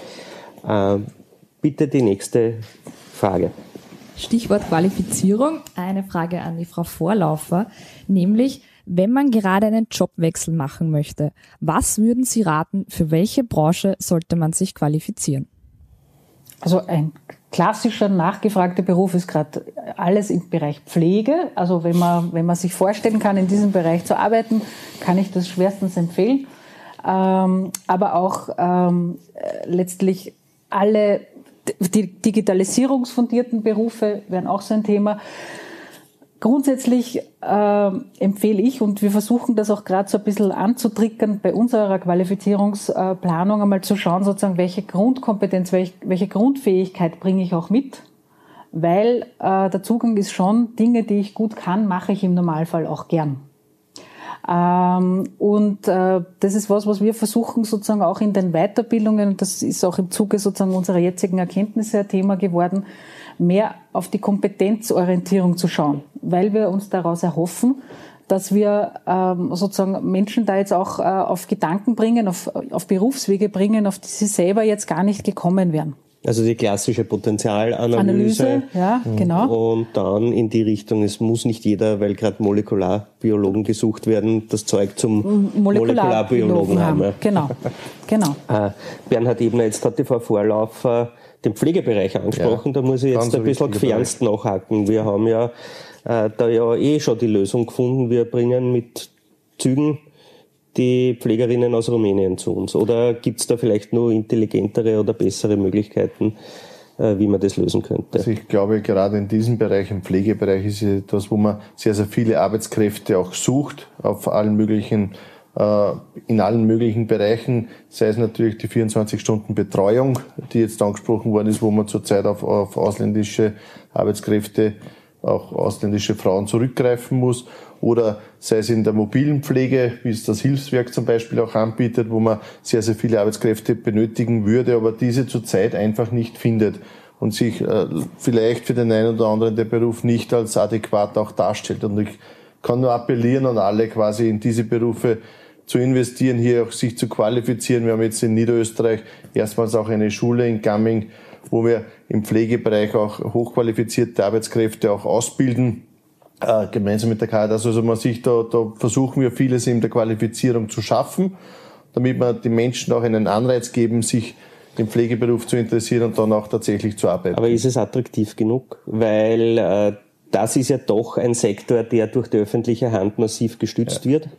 Bitte die nächste Frage. Stichwort Qualifizierung. Eine Frage an die Frau Vorlaufer, nämlich, wenn man gerade einen Jobwechsel machen möchte, was würden Sie raten, für welche Branche sollte man sich qualifizieren? Also ein klassischer nachgefragter Beruf ist gerade alles im Bereich Pflege. Also wenn man sich vorstellen kann, in diesem Bereich zu arbeiten, kann ich das schwerstens empfehlen. Aber auch letztlich alle die digitalisierungsfundierten Berufe wären auch so ein Thema. Grundsätzlich empfehle ich, und wir versuchen das auch gerade so ein bisschen anzutriggern bei unserer Qualifizierungsplanung, einmal zu schauen, sozusagen, welche Grundkompetenz, welche Grundfähigkeit bringe ich auch mit, weil der Zugang ist schon, Dinge, die ich gut kann, mache ich im Normalfall auch gern. Das ist was wir versuchen sozusagen auch in den Weiterbildungen, und das ist auch im Zuge sozusagen unserer jetzigen Erkenntnisse ein Thema geworden, mehr auf die Kompetenzorientierung zu schauen, weil wir uns daraus erhoffen, dass wir sozusagen Menschen da jetzt auch auf Gedanken bringen, auf Berufswege bringen, auf die sie selber jetzt gar nicht gekommen wären. Also die klassische Potenzialanalyse. Ja, genau. Und dann in die Richtung, es muss nicht jeder, weil gerade Molekularbiologen gesucht werden, das Zeug zum Molekularbiologen haben. Ja. Genau. Bernhard Ebner, jetzt hat die Frau Vorlauf den Pflegebereich angesprochen, da muss ich jetzt ein bisschen gefernst nachhaken. Wir haben ja da ja schon die Lösung gefunden, wir bringen mit Zügen die Pflegerinnen aus Rumänien zu uns. Oder gibt es da vielleicht nur intelligentere oder bessere Möglichkeiten, wie man das lösen könnte? Also ich glaube, gerade in diesem Bereich, im Pflegebereich, ist es etwas, wo man sehr, sehr viele Arbeitskräfte auch sucht, in allen möglichen Bereichen, sei es natürlich die 24-Stunden-Betreuung, die jetzt angesprochen worden ist, wo man zurzeit auf ausländische Arbeitskräfte, auch ausländische Frauen zurückgreifen muss, oder sei es in der mobilen Pflege, wie es das Hilfswerk zum Beispiel auch anbietet, wo man sehr, sehr viele Arbeitskräfte benötigen würde, aber diese zurzeit einfach nicht findet und sich vielleicht für den einen oder anderen der Beruf nicht als adäquat auch darstellt. Und ich kann nur appellieren an alle, quasi in diese Berufe zu investieren, hier auch sich zu qualifizieren. Wir haben jetzt in Niederösterreich erstmals auch eine Schule in Gamming, wo wir im Pflegebereich auch hochqualifizierte Arbeitskräfte auch ausbilden, gemeinsam mit der Caritas. Also da versuchen wir vieles in der Qualifizierung zu schaffen, damit wir den Menschen auch einen Anreiz geben, sich den Pflegeberuf zu interessieren und dann auch tatsächlich zu arbeiten. Aber ist es attraktiv genug? Weil das ist ja doch ein Sektor, der durch die öffentliche Hand massiv gestützt wird.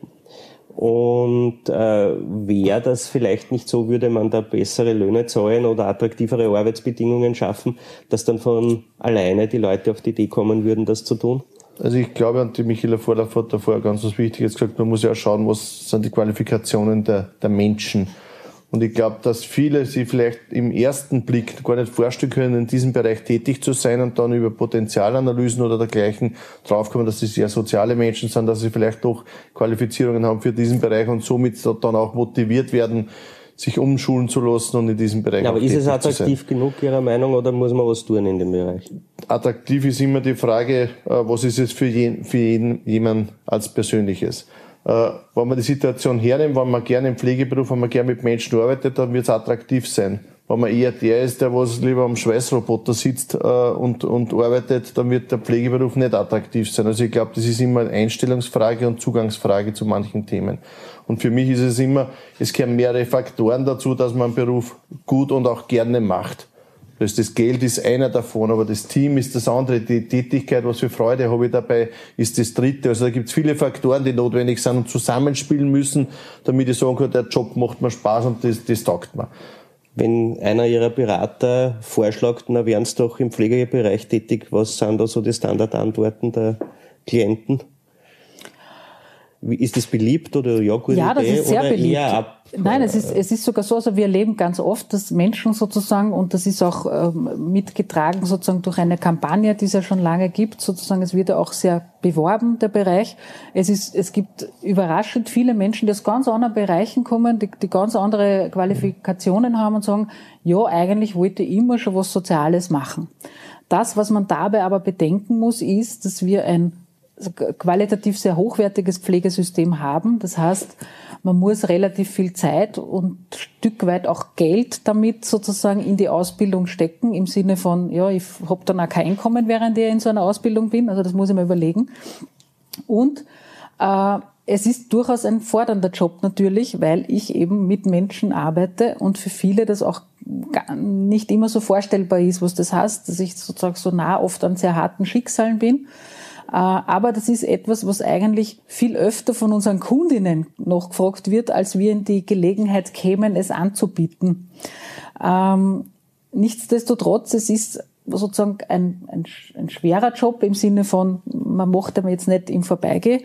Und wäre das vielleicht nicht so, würde man da bessere Löhne zahlen oder attraktivere Arbeitsbedingungen schaffen, dass dann von alleine die Leute auf die Idee kommen würden, das zu tun? Also ich glaube, und die Michaela Vorlauf hat da vorher ganz was Wichtiges gesagt, man muss ja auch schauen, was sind die Qualifikationen der Menschen. Und ich glaube, dass viele sich vielleicht im ersten Blick gar nicht vorstellen können, in diesem Bereich tätig zu sein und dann über Potenzialanalysen oder dergleichen draufkommen, dass sie sehr soziale Menschen sind, dass sie vielleicht doch Qualifizierungen haben für diesen Bereich und somit dann auch motiviert werden, sich umschulen zu lassen und in diesem Bereich aber ist es attraktiv genug, Ihrer Meinung, oder muss man was tun in dem Bereich? Attraktiv ist immer die Frage, was ist es für jemand als Persönliches. Wenn man die Situation hernimmt, wenn man gerne im Pflegeberuf, wenn man gerne mit Menschen arbeitet, dann wird es attraktiv sein. Wenn man eher der ist, der was lieber am Schweißroboter sitzt und arbeitet, dann wird der Pflegeberuf nicht attraktiv sein. Also ich glaube, das ist immer eine Einstellungsfrage und Zugangsfrage zu manchen Themen. Und für mich ist es immer, es gehören mehrere Faktoren dazu, dass man einen Beruf gut und auch gerne macht. Das Geld ist einer davon, aber das Team ist das andere. Die Tätigkeit, was für Freude habe ich dabei, ist das dritte. Also da gibt es viele Faktoren, die notwendig sind und zusammenspielen müssen, damit ich sagen kann, der Job macht mir Spaß und das taugt mir. Wenn einer Ihrer Berater vorschlägt, na wären Sie doch im Pflegebereich tätig, was sind da so die Standardantworten der Klienten? Ist das beliebt oder ja, gute Idee? Ja, das ist sehr oder beliebt. Nein, es ist sogar so, also wir erleben ganz oft, dass Menschen sozusagen, und das ist auch mitgetragen sozusagen durch eine Kampagne, die es ja schon lange gibt, sozusagen, es wird ja auch sehr beworben, der Bereich. Es gibt überraschend viele Menschen, die aus ganz anderen Bereichen kommen, die ganz andere Qualifikationen haben und sagen, ja, eigentlich wollte ich immer schon was Soziales machen. Das, was man dabei aber bedenken muss, ist, dass wir ein qualitativ sehr hochwertiges Pflegesystem haben. Das heißt, man muss relativ viel Zeit und ein Stück weit auch Geld damit sozusagen in die Ausbildung stecken, im Sinne von, ja, ich habe dann auch kein Einkommen, während ich in so einer Ausbildung bin, also das muss ich mir überlegen. Und es ist durchaus ein fordernder Job natürlich, weil ich eben mit Menschen arbeite und für viele das auch nicht immer so vorstellbar ist, was das heißt, dass ich sozusagen so nah oft an sehr harten Schicksalen bin. Aber das ist etwas, was eigentlich viel öfter von unseren Kundinnen noch gefragt wird, als wir in die Gelegenheit kämen, es anzubieten. Nichtsdestotrotz, es ist sozusagen ein schwerer Job im Sinne von, man macht aber jetzt nicht im Vorbeigehen.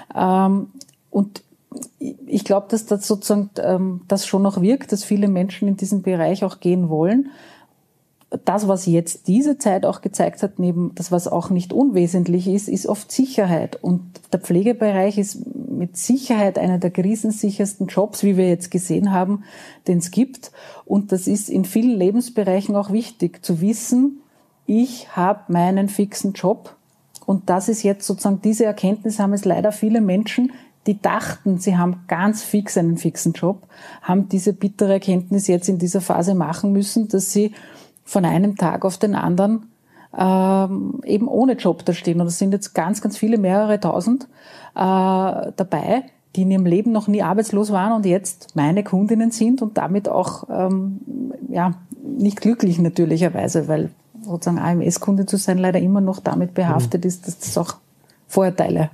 Und ich glaube, dass das sozusagen das schon noch wirkt, dass viele Menschen in diesen Bereich auch gehen wollen. Das, was jetzt diese Zeit auch gezeigt hat, neben das, was auch nicht unwesentlich ist, ist oft Sicherheit. Und der Pflegebereich ist mit Sicherheit einer der krisensichersten Jobs, wie wir jetzt gesehen haben, den es gibt. Und das ist in vielen Lebensbereichen auch wichtig, zu wissen, ich habe meinen fixen Job. Und das ist jetzt sozusagen, diese Erkenntnis haben es leider viele Menschen, die dachten, sie haben ganz fix einen fixen Job, haben diese bittere Erkenntnis jetzt in dieser Phase machen müssen, dass sie von einem Tag auf den anderen eben ohne Job da stehen. Und es sind jetzt ganz, ganz viele, mehrere tausend dabei, die in ihrem Leben noch nie arbeitslos waren und jetzt meine Kundinnen sind und damit auch nicht glücklich natürlicherweise, weil sozusagen AMS-Kunde zu sein leider immer noch damit behaftet ist, dass das auch Vorurteile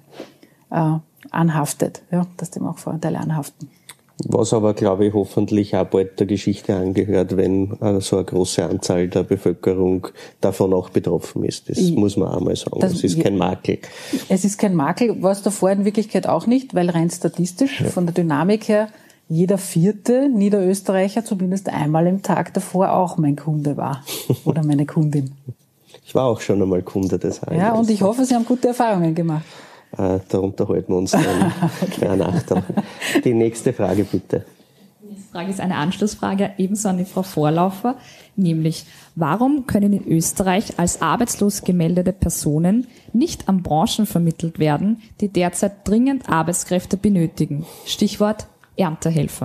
anhaftet, ja, dass dem auch Vorurteile anhaften. Was aber, glaube ich, hoffentlich auch bald der Geschichte angehört, wenn so eine große Anzahl der Bevölkerung davon auch betroffen ist. Das muss man auch mal sagen. Das ist kein Makel. Es ist kein Makel, war es davor in Wirklichkeit auch nicht, weil rein statistisch von der Dynamik her jeder 4. Niederösterreicher zumindest einmal im Tag davor auch mein Kunde war oder meine Kundin. Ich war auch schon einmal Kunde des Heiles. Ja, und ich hoffe, Sie haben gute Erfahrungen gemacht. Da unterhalten wir uns dann danach. Die nächste Frage bitte. Die nächste Frage ist eine Anschlussfrage ebenso an die Frau Vorlaufer, nämlich warum können in Österreich als arbeitslos gemeldete Personen nicht an Branchen vermittelt werden, die derzeit dringend Arbeitskräfte benötigen? Stichwort Erntehelfer.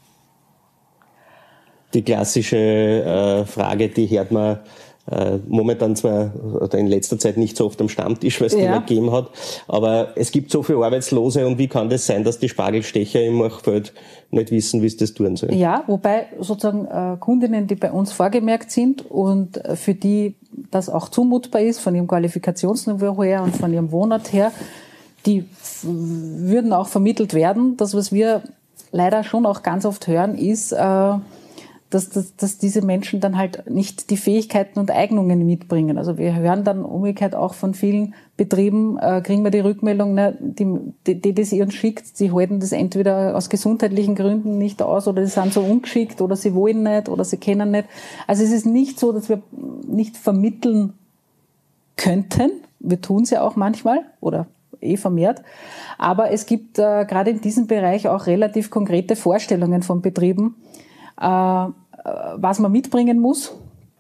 Die klassische Frage, die hört man momentan zwar oder in letzter Zeit nicht so oft am Stammtisch, weil es die nicht gegeben hat, aber es gibt so viele Arbeitslose und wie kann das sein, dass die Spargelstecher im Machfeld nicht wissen, wie sie das tun sollen? Ja, wobei sozusagen Kundinnen, die bei uns vorgemerkt sind und für die das auch zumutbar ist, von ihrem Qualifikationsniveau her und von ihrem Wohnort her, die würden auch vermittelt werden. Das, was wir leider schon auch ganz oft hören, ist, dass diese Menschen dann halt nicht die Fähigkeiten und Eignungen mitbringen. Also wir hören dann umgekehrt auch von vielen Betrieben, kriegen wir die Rückmeldung, ne, die das uns schickt, sie halten das entweder aus gesundheitlichen Gründen nicht aus oder sie sind so ungeschickt oder sie wollen nicht oder sie kennen nicht. Also es ist nicht so, dass wir nicht vermitteln könnten. Wir tun es ja auch manchmal oder vermehrt. Aber es gibt gerade in diesem Bereich auch relativ konkrete Vorstellungen von Betrieben, was man mitbringen muss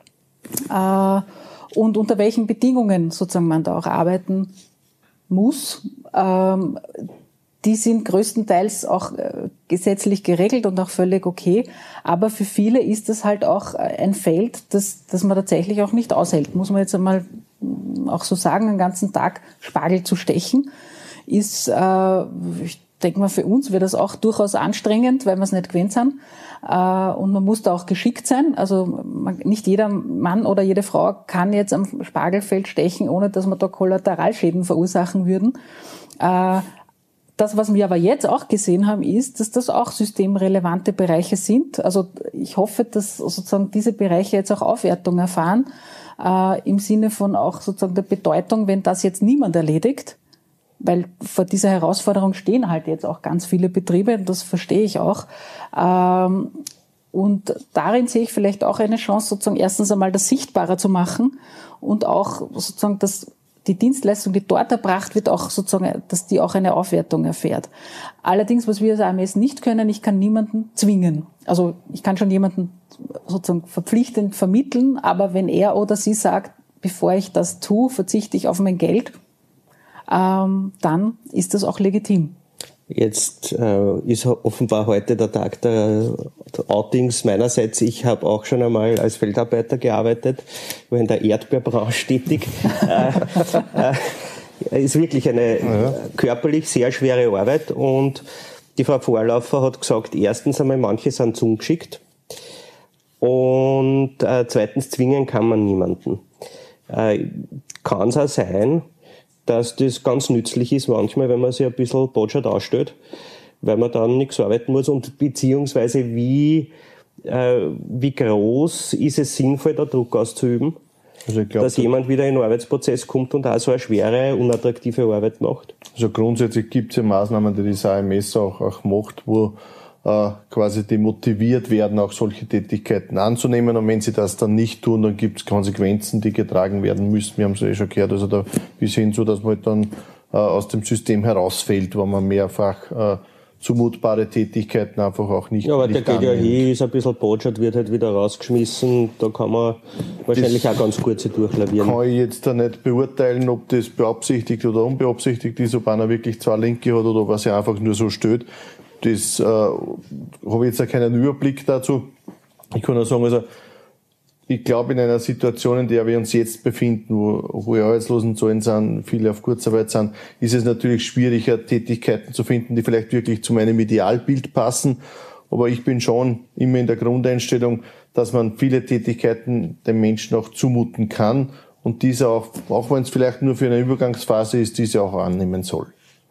und unter welchen Bedingungen sozusagen man da auch arbeiten muss. Die sind größtenteils auch gesetzlich geregelt und auch völlig okay. Aber für viele ist das halt auch ein Feld, das man tatsächlich auch nicht aushält. Muss man jetzt einmal auch so sagen, einen ganzen Tag Spargel zu stechen, ist, ich denke mal, für uns wäre das auch durchaus anstrengend, weil wir es nicht gewöhnt sind. Und man muss da auch geschickt sein. Also nicht jeder Mann oder jede Frau kann jetzt am Spargelfeld stechen, ohne dass man da Kollateralschäden verursachen würden. Das, was wir aber jetzt auch gesehen haben, ist, dass das auch systemrelevante Bereiche sind. Also ich hoffe, dass sozusagen diese Bereiche jetzt auch Aufwertung erfahren, im Sinne von auch sozusagen der Bedeutung, wenn das jetzt niemand erledigt. Weil vor dieser Herausforderung stehen halt jetzt auch ganz viele Betriebe, und das verstehe ich auch. Und darin sehe ich vielleicht auch eine Chance, sozusagen erstens einmal das sichtbarer zu machen und auch sozusagen, dass die Dienstleistung, die dort erbracht wird, auch sozusagen, dass die auch eine Aufwertung erfährt. Allerdings, was wir als AMS nicht können, ich kann niemanden zwingen. Also ich kann schon jemanden sozusagen verpflichtend vermitteln, aber wenn er oder sie sagt, bevor ich das tue, verzichte ich auf mein Geld, dann ist das auch legitim. Jetzt ist offenbar heute der Tag der Outings meinerseits. Ich habe auch schon einmal als Feldarbeiter gearbeitet, war in der Erdbeerbranche tätig. ist wirklich eine körperlich sehr schwere Arbeit und die Frau Vorlaufer hat gesagt, erstens einmal, manche sind zu ungeschickt und zweitens, zwingen kann man niemanden. Kann es auch sein, dass das ganz nützlich ist manchmal, wenn man sich ein bisschen botschert ausstellt, weil man dann nichts arbeiten muss und beziehungsweise wie groß ist es sinnvoll, da Druck auszuüben, also ich glaub, dass jemand wieder in den Arbeitsprozess kommt und auch so eine schwere, unattraktive Arbeit macht? Also grundsätzlich gibt es ja Maßnahmen, die das AMS auch macht, wo quasi die motiviert werden, auch solche Tätigkeiten anzunehmen. Und wenn sie das dann nicht tun, dann gibt es Konsequenzen, die getragen werden müssen. Wir haben es ja schon gehört, also da bis hin so, dass man halt dann aus dem System herausfällt, wenn man mehrfach zumutbare Tätigkeiten einfach auch nicht annimmt. Ja, aber der geht ja hin, ist ein bisschen botschert, wird halt wieder rausgeschmissen. Da kann man wahrscheinlich auch ganz gut sich durchlavieren. Kann ich jetzt da nicht beurteilen, ob das beabsichtigt oder unbeabsichtigt ist, ob einer wirklich zwei Linke hat oder ob er sich einfach nur so stört. Das habe ich jetzt auch keinen Überblick dazu. Ich kann nur sagen, also ich glaube, in einer Situation, in der wir uns jetzt befinden, wo hohe Arbeitslosenzahlen sind, viele auf Kurzarbeit sind, ist es natürlich schwieriger, Tätigkeiten zu finden, die vielleicht wirklich zu meinem Idealbild passen. Aber ich bin schon immer in der Grundeinstellung, dass man viele Tätigkeiten dem Menschen auch zumuten kann und diese auch wenn es vielleicht nur für eine Übergangsphase ist, diese auch annehmen soll.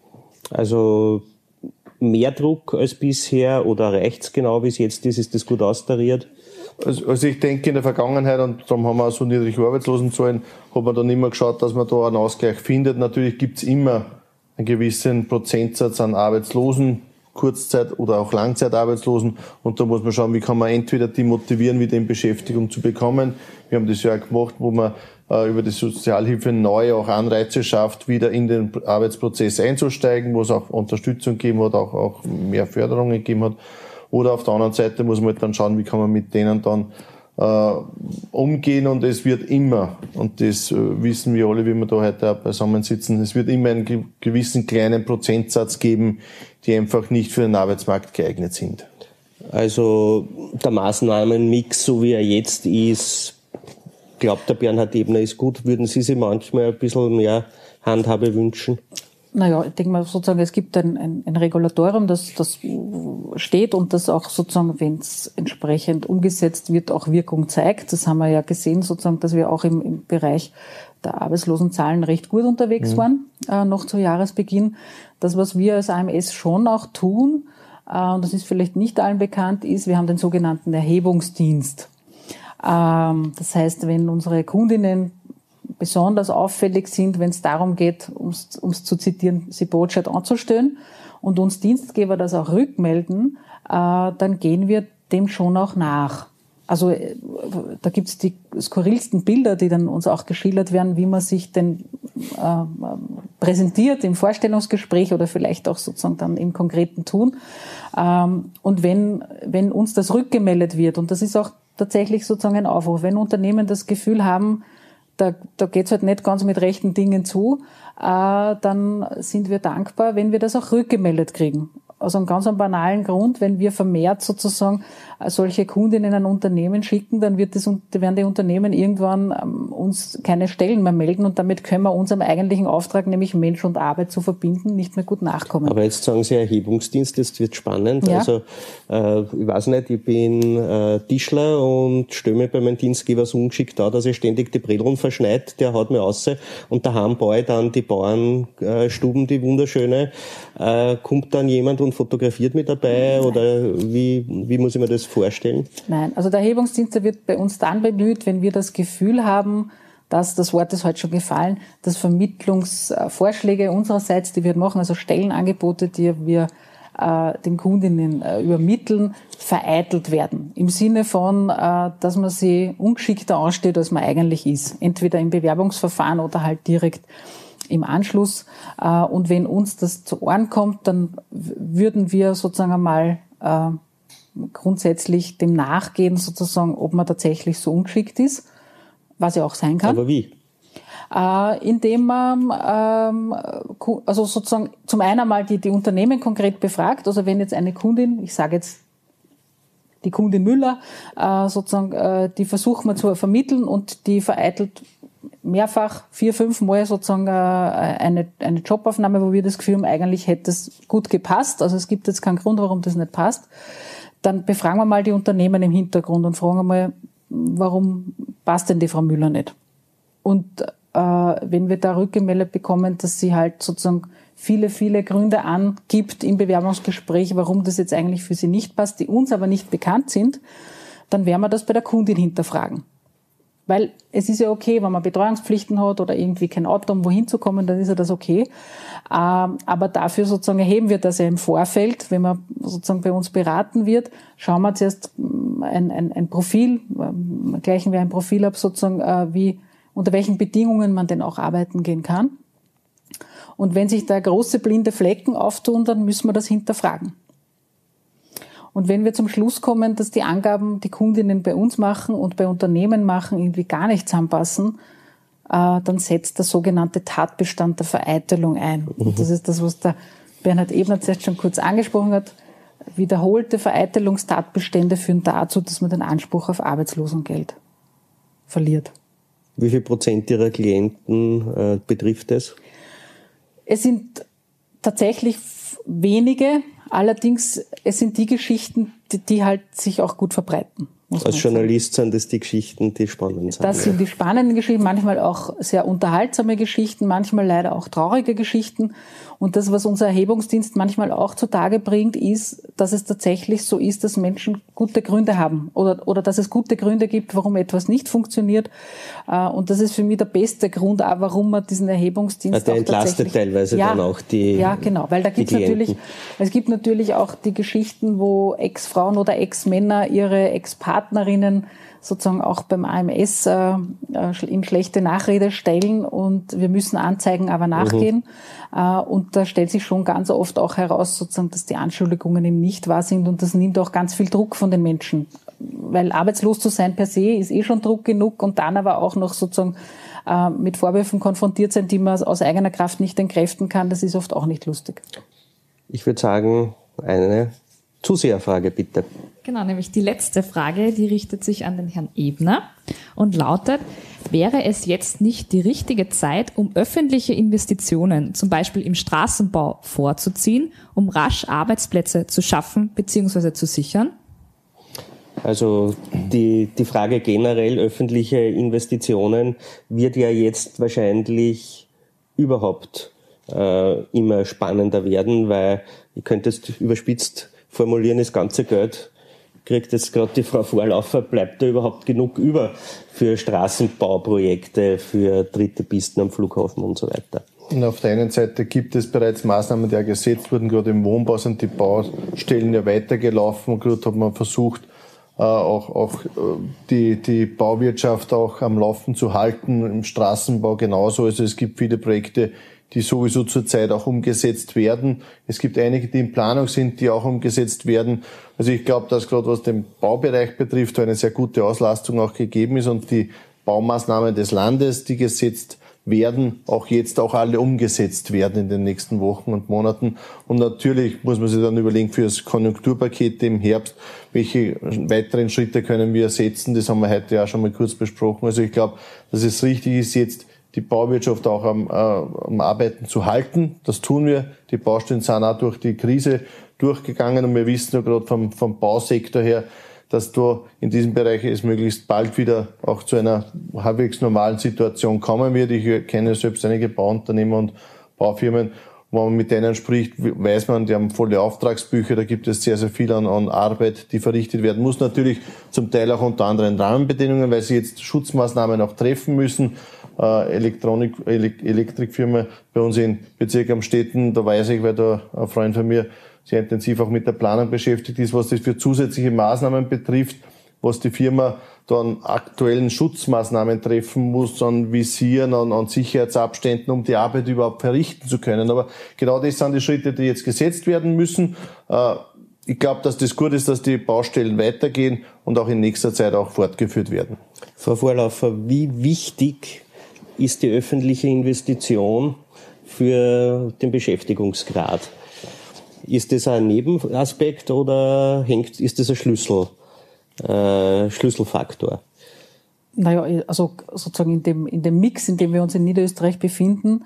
Also mehr Druck als bisher oder reicht's genau, wie es jetzt ist das gut austariert? Also ich denke in der Vergangenheit, und darum haben wir auch so niedrige Arbeitslosenzahlen, hat man dann immer geschaut, dass man da einen Ausgleich findet. Natürlich gibt's immer einen gewissen Prozentsatz an Arbeitslosen, Kurzzeit- oder auch Langzeitarbeitslosen, und da muss man schauen, wie kann man entweder die motivieren, wieder in Beschäftigung zu bekommen. Wir haben das ja auch gemacht, wo man über die Sozialhilfe neu auch Anreize schafft, wieder in den Arbeitsprozess einzusteigen, wo es auch Unterstützung gegeben hat, auch mehr Förderungen gegeben hat. Oder auf der anderen Seite muss man halt dann schauen, wie kann man mit denen dann umgehen, und es wird immer, und das wissen wir alle, wie wir da heute auch beisammen sitzen, es wird immer einen gewissen kleinen Prozentsatz geben, die einfach nicht für den Arbeitsmarkt geeignet sind. Also der Maßnahmenmix, so wie er jetzt ist, glaubt der Bernhard Ebner, ist gut. Würden Sie sich manchmal ein bisschen mehr Handhabe wünschen? Naja, ich denke mal sozusagen, es gibt ein Regulatorium, das steht und das auch sozusagen, wenn es entsprechend umgesetzt wird, auch Wirkung zeigt. Das haben wir ja gesehen sozusagen, dass wir auch im Bereich der Arbeitslosenzahlen recht gut unterwegs waren, noch zu Jahresbeginn. Das, was wir als AMS schon auch tun, und das ist vielleicht nicht allen bekannt, ist, wir haben den sogenannten Erhebungsdienst. Das heißt, wenn unsere Kundinnen besonders auffällig sind, wenn es darum geht, ums zu zitieren, sie Botschaften anzustellen und uns Dienstgeber das auch rückmelden, dann gehen wir dem schon auch nach. Also da gibt's die skurrilsten Bilder, die dann uns auch geschildert werden, wie man sich denn präsentiert im Vorstellungsgespräch oder vielleicht auch sozusagen dann im konkreten Tun. Und wenn uns das rückgemeldet wird, und das ist auch tatsächlich sozusagen ein Aufruf, wenn Unternehmen das Gefühl haben, da geht's halt nicht ganz mit rechten Dingen zu, dann sind wir dankbar, wenn wir das auch rückgemeldet kriegen. Aus einem ganz banalen Grund, wenn wir vermehrt sozusagen solche Kundinnen an Unternehmen schicken, dann werden die Unternehmen irgendwann uns keine Stellen mehr melden, und damit können wir unserem eigentlichen Auftrag, nämlich Mensch und Arbeit zu verbinden, nicht mehr gut nachkommen. Aber jetzt sagen Sie Erhebungsdienst, das wird spannend. Ja. Also ich weiß nicht, ich bin Tischler und stelle mir bei meinem Dienstgeber so ungeschickt da, dass er ständig die Bredeln verschneit, der haut mir raus, und daheim baue ich dann die Bauernstuben, die wunderschöne. Kommt dann jemand und fotografiert mit dabei? Nein. Oder wie muss ich mir das vorstellen? Nein, also der Erhebungsdienst, der wird bei uns dann bemüht, wenn wir das Gefühl haben, dass, das Wort ist heute schon gefallen, dass Vermittlungsvorschläge unsererseits, die wir machen, also Stellenangebote, die wir den Kundinnen übermitteln, vereitelt werden. Im Sinne von, dass man sie ungeschickter ansteht, als man eigentlich ist. Entweder im Bewerbungsverfahren oder halt direkt im Anschluss. Und wenn uns das zu Ohren kommt, dann würden wir sozusagen einmal grundsätzlich dem nachgehen, sozusagen, ob man tatsächlich so ungeschickt ist, was ja auch sein kann. Aber wie? Indem man also sozusagen zum einen einmal die Unternehmen konkret befragt. Also wenn jetzt eine Kundin, ich sage jetzt die Kundin Müller, sozusagen die versuchen wir zu vermitteln und die vereitelt mehrfach 4-5 Mal sozusagen eine Jobaufnahme, wo wir das Gefühl haben, eigentlich hätte es gut gepasst. Also es gibt jetzt keinen Grund, warum das nicht passt. Dann befragen wir mal die Unternehmen im Hintergrund und fragen mal, warum passt denn die Frau Müller nicht? Und wenn wir da rückgemeldet bekommen, dass sie halt sozusagen viele Gründe angibt im Bewerbungsgespräch, warum das jetzt eigentlich für sie nicht passt, die uns aber nicht bekannt sind, dann werden wir das bei der Kundin hinterfragen. Weil es ist ja okay, wenn man Betreuungspflichten hat oder irgendwie kein Auto, um wohin zu kommen, dann ist ja das okay. Aber dafür sozusagen erheben wir das ja im Vorfeld, wenn man sozusagen bei uns beraten wird, schauen wir zuerst ein Profil, gleichen wir ein Profil ab, sozusagen, unter welchen Bedingungen man denn auch arbeiten gehen kann. Und wenn sich da große blinde Flecken auftun, dann müssen wir das hinterfragen. Und wenn wir zum Schluss kommen, dass die Angaben, die Kundinnen bei uns machen und bei Unternehmen machen, irgendwie gar nicht zusammenpassen, dann setzt der sogenannte Tatbestand der Vereitelung ein. Und das ist das, was der Bernhard Ebner zuerst schon kurz angesprochen hat. Wiederholte Vereitelungstatbestände führen dazu, dass man den Anspruch auf Arbeitslosengeld verliert. Wie viel Prozent Ihrer Klienten betrifft es? Es sind tatsächlich wenige, allerdings es sind die Geschichten, die halt sich auch gut verbreiten. Als Journalist sind das die Geschichten, die spannend sind. Das sind die spannenden Geschichten, manchmal auch sehr unterhaltsame Geschichten, manchmal leider auch traurige Geschichten. Und das, was unser Erhebungsdienst manchmal auch zutage bringt, ist, dass es tatsächlich so ist, dass Menschen gute Gründe haben oder dass es gute Gründe gibt, warum etwas nicht funktioniert. Und das ist für mich der beste Grund, auch warum man diesen Erhebungsdienst der entlastet teilweise dann auch die Ja, genau, weil da gibt's natürlich, es gibt natürlich auch die Geschichten, wo Ex-Frauen oder Ex-Männer ihre Ex-Partnerinnen sozusagen auch beim AMS in schlechte Nachrede stellen und wir müssen Anzeigen aber nachgehen. Und da stellt sich schon ganz oft auch heraus, sozusagen, dass die Anschuldigungen eben nicht wahr sind und das nimmt auch ganz viel Druck von den Menschen. Weil arbeitslos zu sein per se ist schon Druck genug und dann aber auch noch sozusagen mit Vorwürfen konfrontiert sein, die man aus eigener Kraft nicht entkräften kann, das ist oft auch nicht lustig. Ich würde sagen, eine Zuseherfrage bitte. Genau, nämlich die letzte Frage, die richtet sich an den Herrn Ebner und lautet, wäre es jetzt nicht die richtige Zeit, um öffentliche Investitionen, zum Beispiel im Straßenbau, vorzuziehen, um rasch Arbeitsplätze zu schaffen bzw. zu sichern? Also die Frage generell öffentliche Investitionen wird ja jetzt wahrscheinlich überhaupt immer spannender werden, weil, ich könnte es überspitzt formulieren, das ganze Geld kriegt jetzt gerade die Frau Vorlaufer, bleibt da überhaupt genug über für Straßenbauprojekte, für dritte Pisten am Flughafen und so weiter. Und auf der einen Seite gibt es bereits Maßnahmen, die ja gesetzt wurden, gerade im Wohnbau sind die Baustellen ja weitergelaufen und gerade hat man versucht, auch die Bauwirtschaft auch am Laufen zu halten, im Straßenbau genauso. Also es gibt viele Projekte, die sowieso zurzeit auch umgesetzt werden. Es gibt einige, die in Planung sind, die auch umgesetzt werden. Also ich glaube, dass gerade was den Baubereich betrifft, eine sehr gute Auslastung auch gegeben ist und die Baumaßnahmen des Landes, die gesetzt werden, auch jetzt auch alle umgesetzt werden in den nächsten Wochen und Monaten. Und natürlich muss man sich dann überlegen für das Konjunkturpaket im Herbst, welche weiteren Schritte können wir setzen. Das haben wir heute ja schon mal kurz besprochen. Also ich glaube, dass es richtig ist, jetzt die Bauwirtschaft auch am Arbeiten zu halten. Das tun wir. Die Baustellen sind auch durch die Krise durchgegangen und wir wissen ja gerade vom Bausektor her, dass da in diesem Bereich es möglichst bald wieder auch zu einer halbwegs normalen Situation kommen wird. Ich kenne selbst einige Bauunternehmer und Baufirmen, wo man mit denen spricht, weiß man, die haben volle Auftragsbücher, da gibt es sehr, sehr viel an Arbeit, die verrichtet werden muss. Natürlich zum Teil auch unter anderen Rahmenbedingungen, weil sie jetzt Schutzmaßnahmen auch treffen müssen. Elektrikfirma bei uns in Bezirk Amstetten, da weiß ich, weil da ein Freund von mir sehr intensiv auch mit der Planung beschäftigt ist, was das für zusätzliche Maßnahmen betrifft, was die Firma dann aktuellen Schutzmaßnahmen treffen muss, an Visieren, an Sicherheitsabständen, um die Arbeit überhaupt verrichten zu können. Aber genau das sind die Schritte, die jetzt gesetzt werden müssen. Ich glaube, dass das gut ist, dass die Baustellen weitergehen und auch in nächster Zeit auch fortgeführt werden. Frau Vorlaufer, wie wichtig ist die öffentliche Investition für den Beschäftigungsgrad? Ist das ein Nebenaspekt oder ist das ein Schlüsselfaktor? Naja, also sozusagen in dem Mix, in dem wir uns in Niederösterreich befinden,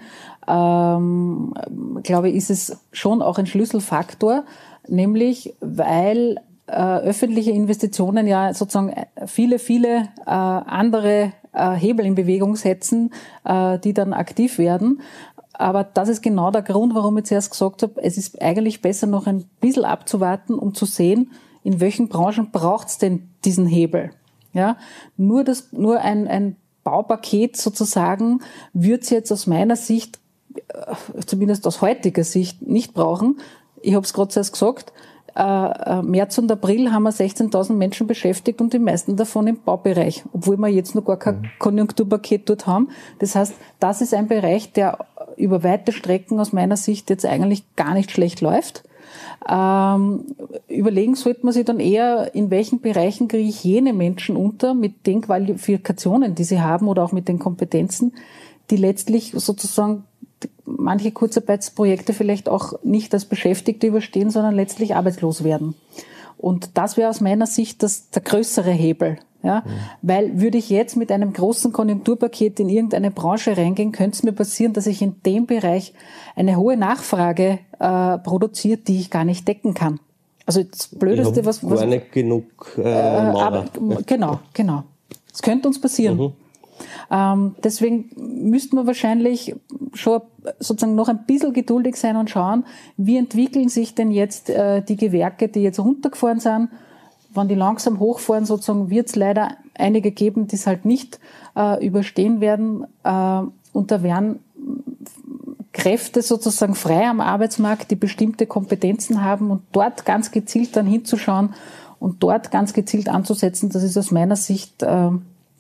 glaube ich, ist es schon auch ein Schlüsselfaktor, nämlich weil öffentliche Investitionen ja sozusagen viele andere Hebel in Bewegung setzen, die dann aktiv werden. Aber das ist genau der Grund, warum ich zuerst gesagt habe, es ist eigentlich besser, noch ein bisschen abzuwarten, um zu sehen, in welchen Branchen braucht es denn diesen Hebel. Ja, nur ein Baupaket sozusagen wird es jetzt aus meiner Sicht, zumindest aus heutiger Sicht, nicht brauchen. Ich habe es gerade zuerst gesagt, März und April haben wir 16.000 Menschen beschäftigt und die meisten davon im Baubereich, obwohl wir jetzt noch gar kein Konjunkturpaket dort haben. Das heißt, das ist ein Bereich, der über weite Strecken aus meiner Sicht jetzt eigentlich gar nicht schlecht läuft. Überlegen sollte man sich dann eher, in welchen Bereichen kriege ich jene Menschen unter mit den Qualifikationen, die sie haben oder auch mit den Kompetenzen, die letztlich sozusagen manche Kurzarbeitsprojekte vielleicht auch nicht als Beschäftigte überstehen, sondern letztlich arbeitslos werden. Und das wäre aus meiner Sicht der größere Hebel. Ja? Weil würde ich jetzt mit einem großen Konjunkturpaket in irgendeine Branche reingehen, könnte es mir passieren, dass ich in dem Bereich eine hohe Nachfrage produziert, die ich gar nicht decken kann. Also das Blödeste, was gar nicht genug Genau. Das könnte uns passieren. Deswegen müssten wir wahrscheinlich schon sozusagen noch ein bisschen geduldig sein und schauen, wie entwickeln sich denn jetzt die Gewerke, die jetzt runtergefahren sind. Wenn die langsam hochfahren, sozusagen, wird es leider einige geben, die es halt nicht überstehen werden. Und da werden Kräfte sozusagen frei am Arbeitsmarkt, die bestimmte Kompetenzen haben und dort ganz gezielt dann hinzuschauen und dort ganz gezielt anzusetzen, das ist aus meiner Sicht der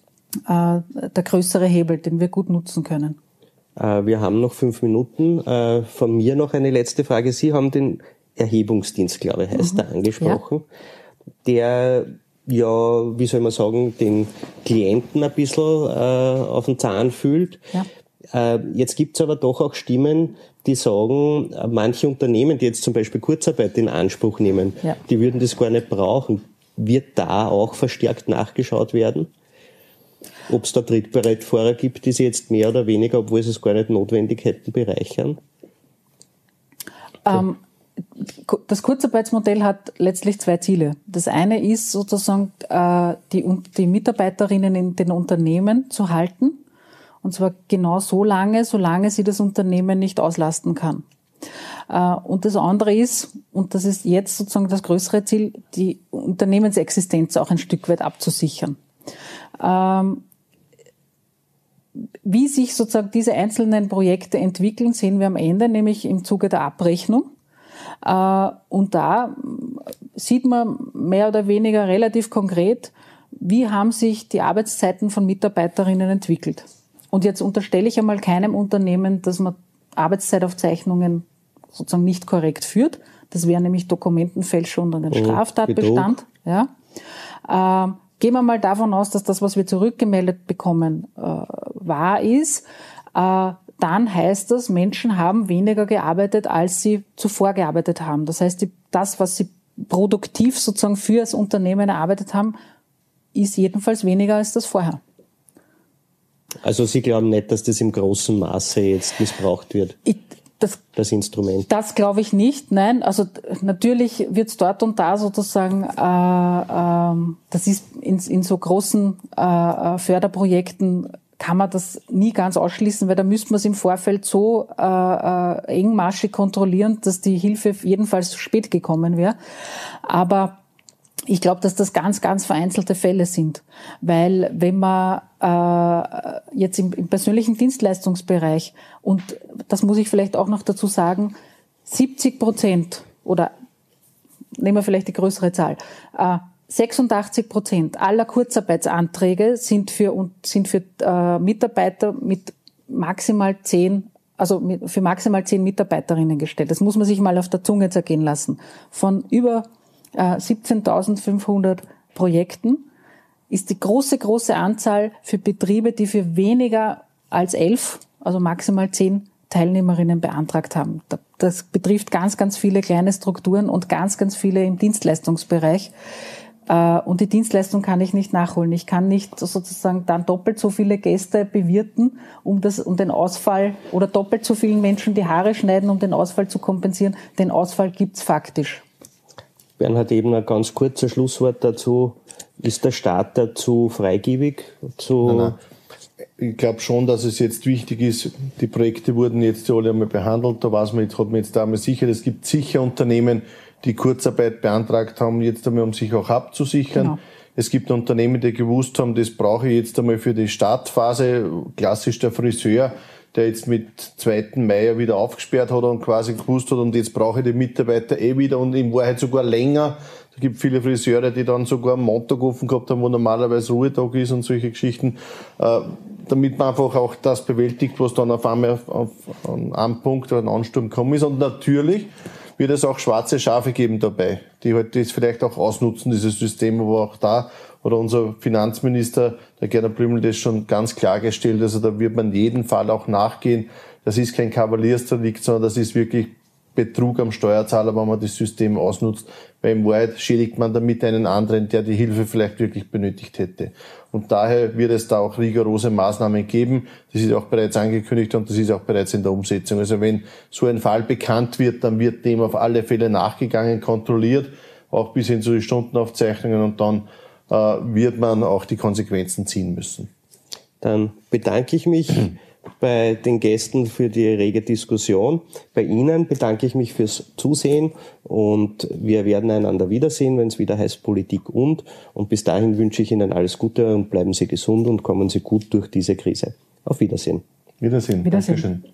größere Hebel, den wir gut nutzen können. Wir haben noch 5 Minuten. Von mir noch eine letzte Frage. Sie haben den Erhebungsdienst, glaube ich, heißt er, angesprochen, der ja, wie soll man sagen, den Klienten ein bisschen auf den Zahn fühlt. Ja. Jetzt gibt es aber doch auch Stimmen, die sagen, manche Unternehmen, die jetzt zum Beispiel Kurzarbeit in Anspruch nehmen, die würden das gar nicht brauchen. Wird da auch verstärkt nachgeschaut werden? Ob es da Trittbrettfahrer gibt, die sie jetzt mehr oder weniger, obwohl sie es gar nicht notwendig hätten, bereichern? Das Kurzarbeitsmodell hat letztlich 2 Ziele. Das eine ist sozusagen, die Mitarbeiterinnen in den Unternehmen zu halten. Und zwar genau solange sie das Unternehmen nicht auslasten kann. Und das andere ist, und das ist jetzt sozusagen das größere Ziel, die Unternehmensexistenz auch ein Stück weit abzusichern. Wie sich sozusagen diese einzelnen Projekte entwickeln, sehen wir am Ende, nämlich im Zuge der Abrechnung. Und da sieht man mehr oder weniger relativ konkret, wie haben sich die Arbeitszeiten von Mitarbeiterinnen entwickelt. Und jetzt unterstelle ich einmal keinem Unternehmen, dass man Arbeitszeitaufzeichnungen sozusagen nicht korrekt führt. Das wäre nämlich Dokumentenfälschung und ein Straftatbestand. Ja. Gehen wir mal davon aus, dass das, was wir zurückgemeldet bekommen, wahr ist. Dann heißt das, Menschen haben weniger gearbeitet, als sie zuvor gearbeitet haben. Das heißt, das, was sie produktiv sozusagen für das Unternehmen erarbeitet haben, ist jedenfalls weniger als das vorher. Also Sie glauben nicht, dass das im großen Maße jetzt missbraucht wird, das Instrument? Das glaube ich nicht, nein. Also natürlich wird es dort und da sozusagen, das ist in so großen Förderprojekten, kann man das nie ganz ausschließen, weil da müsste man es im Vorfeld so engmaschig kontrollieren, dass die Hilfe jedenfalls zu spät gekommen wäre. Aber ich glaube, dass das ganz, ganz vereinzelte Fälle sind. Weil wenn man jetzt im persönlichen Dienstleistungsbereich, und das muss ich vielleicht auch noch dazu sagen, 70% oder nehmen wir vielleicht die größere Zahl, 86% aller Kurzarbeitsanträge sind für Mitarbeiter mit maximal 10, für maximal 10 Mitarbeiterinnen gestellt. Das muss man sich mal auf der Zunge zergehen lassen. Von über 17.500 Projekten ist die große Anzahl für Betriebe, die für weniger als 11, also maximal 10 Teilnehmerinnen beantragt haben. Das betrifft ganz, ganz viele kleine Strukturen und ganz, ganz viele im Dienstleistungsbereich. Und die Dienstleistung kann ich nicht nachholen. Ich kann nicht sozusagen dann doppelt so viele Gäste bewirten, um den Ausfall, oder doppelt so vielen Menschen die Haare schneiden, um den Ausfall zu kompensieren. Den Ausfall gibt's faktisch. Bernhard, eben ein ganz kurzes Schlusswort dazu. Ist der Staat dazu freigebig? Nein. Ich glaube schon, dass es jetzt wichtig ist, die Projekte wurden jetzt alle einmal behandelt. Da weiß man, jetzt hat man jetzt einmal sicher, es gibt sicher Unternehmen, die Kurzarbeit beantragt haben, jetzt einmal, um sich auch abzusichern. Genau. Es gibt Unternehmen, die gewusst haben, das brauche ich jetzt einmal für die Startphase. Klassisch der Friseur, der jetzt mit 2. Mai ja wieder aufgesperrt hat und quasi gewusst hat, und jetzt brauche ich die Mitarbeiter wieder und in Wahrheit sogar länger. Es gibt viele Friseure, die dann sogar am Montag offen gehabt haben, wo normalerweise Ruhetag ist und solche Geschichten, damit man einfach auch das bewältigt, was dann auf einmal auf einen Punkt oder einen Ansturm gekommen ist. Und natürlich wird es auch schwarze Schafe geben dabei, die halt das vielleicht auch ausnutzen, dieses System, aber auch da, oder unser Finanzminister, der Gernot Blümel, das schon ganz klargestellt, also da wird man jeden Fall auch nachgehen. Das ist kein Kavaliersdelikt, sondern das ist wirklich Betrug am Steuerzahler, wenn man das System ausnutzt, weil in Wahrheit schädigt man damit einen anderen, der die Hilfe vielleicht wirklich benötigt hätte. Und daher wird es da auch rigorose Maßnahmen geben. Das ist auch bereits angekündigt und das ist auch bereits in der Umsetzung. Also wenn so ein Fall bekannt wird, dann wird dem auf alle Fälle nachgegangen, kontrolliert, auch bis hin zu den Stundenaufzeichnungen, und dann wird man auch die Konsequenzen ziehen müssen. Dann bedanke ich mich bei den Gästen für die rege Diskussion. Bei Ihnen bedanke ich mich fürs Zusehen, und wir werden einander wiedersehen, wenn es wieder heißt Politik und bis dahin wünsche ich Ihnen alles Gute und bleiben Sie gesund und kommen Sie gut durch diese Krise. Auf Wiedersehen. Wiedersehen. Dankeschön.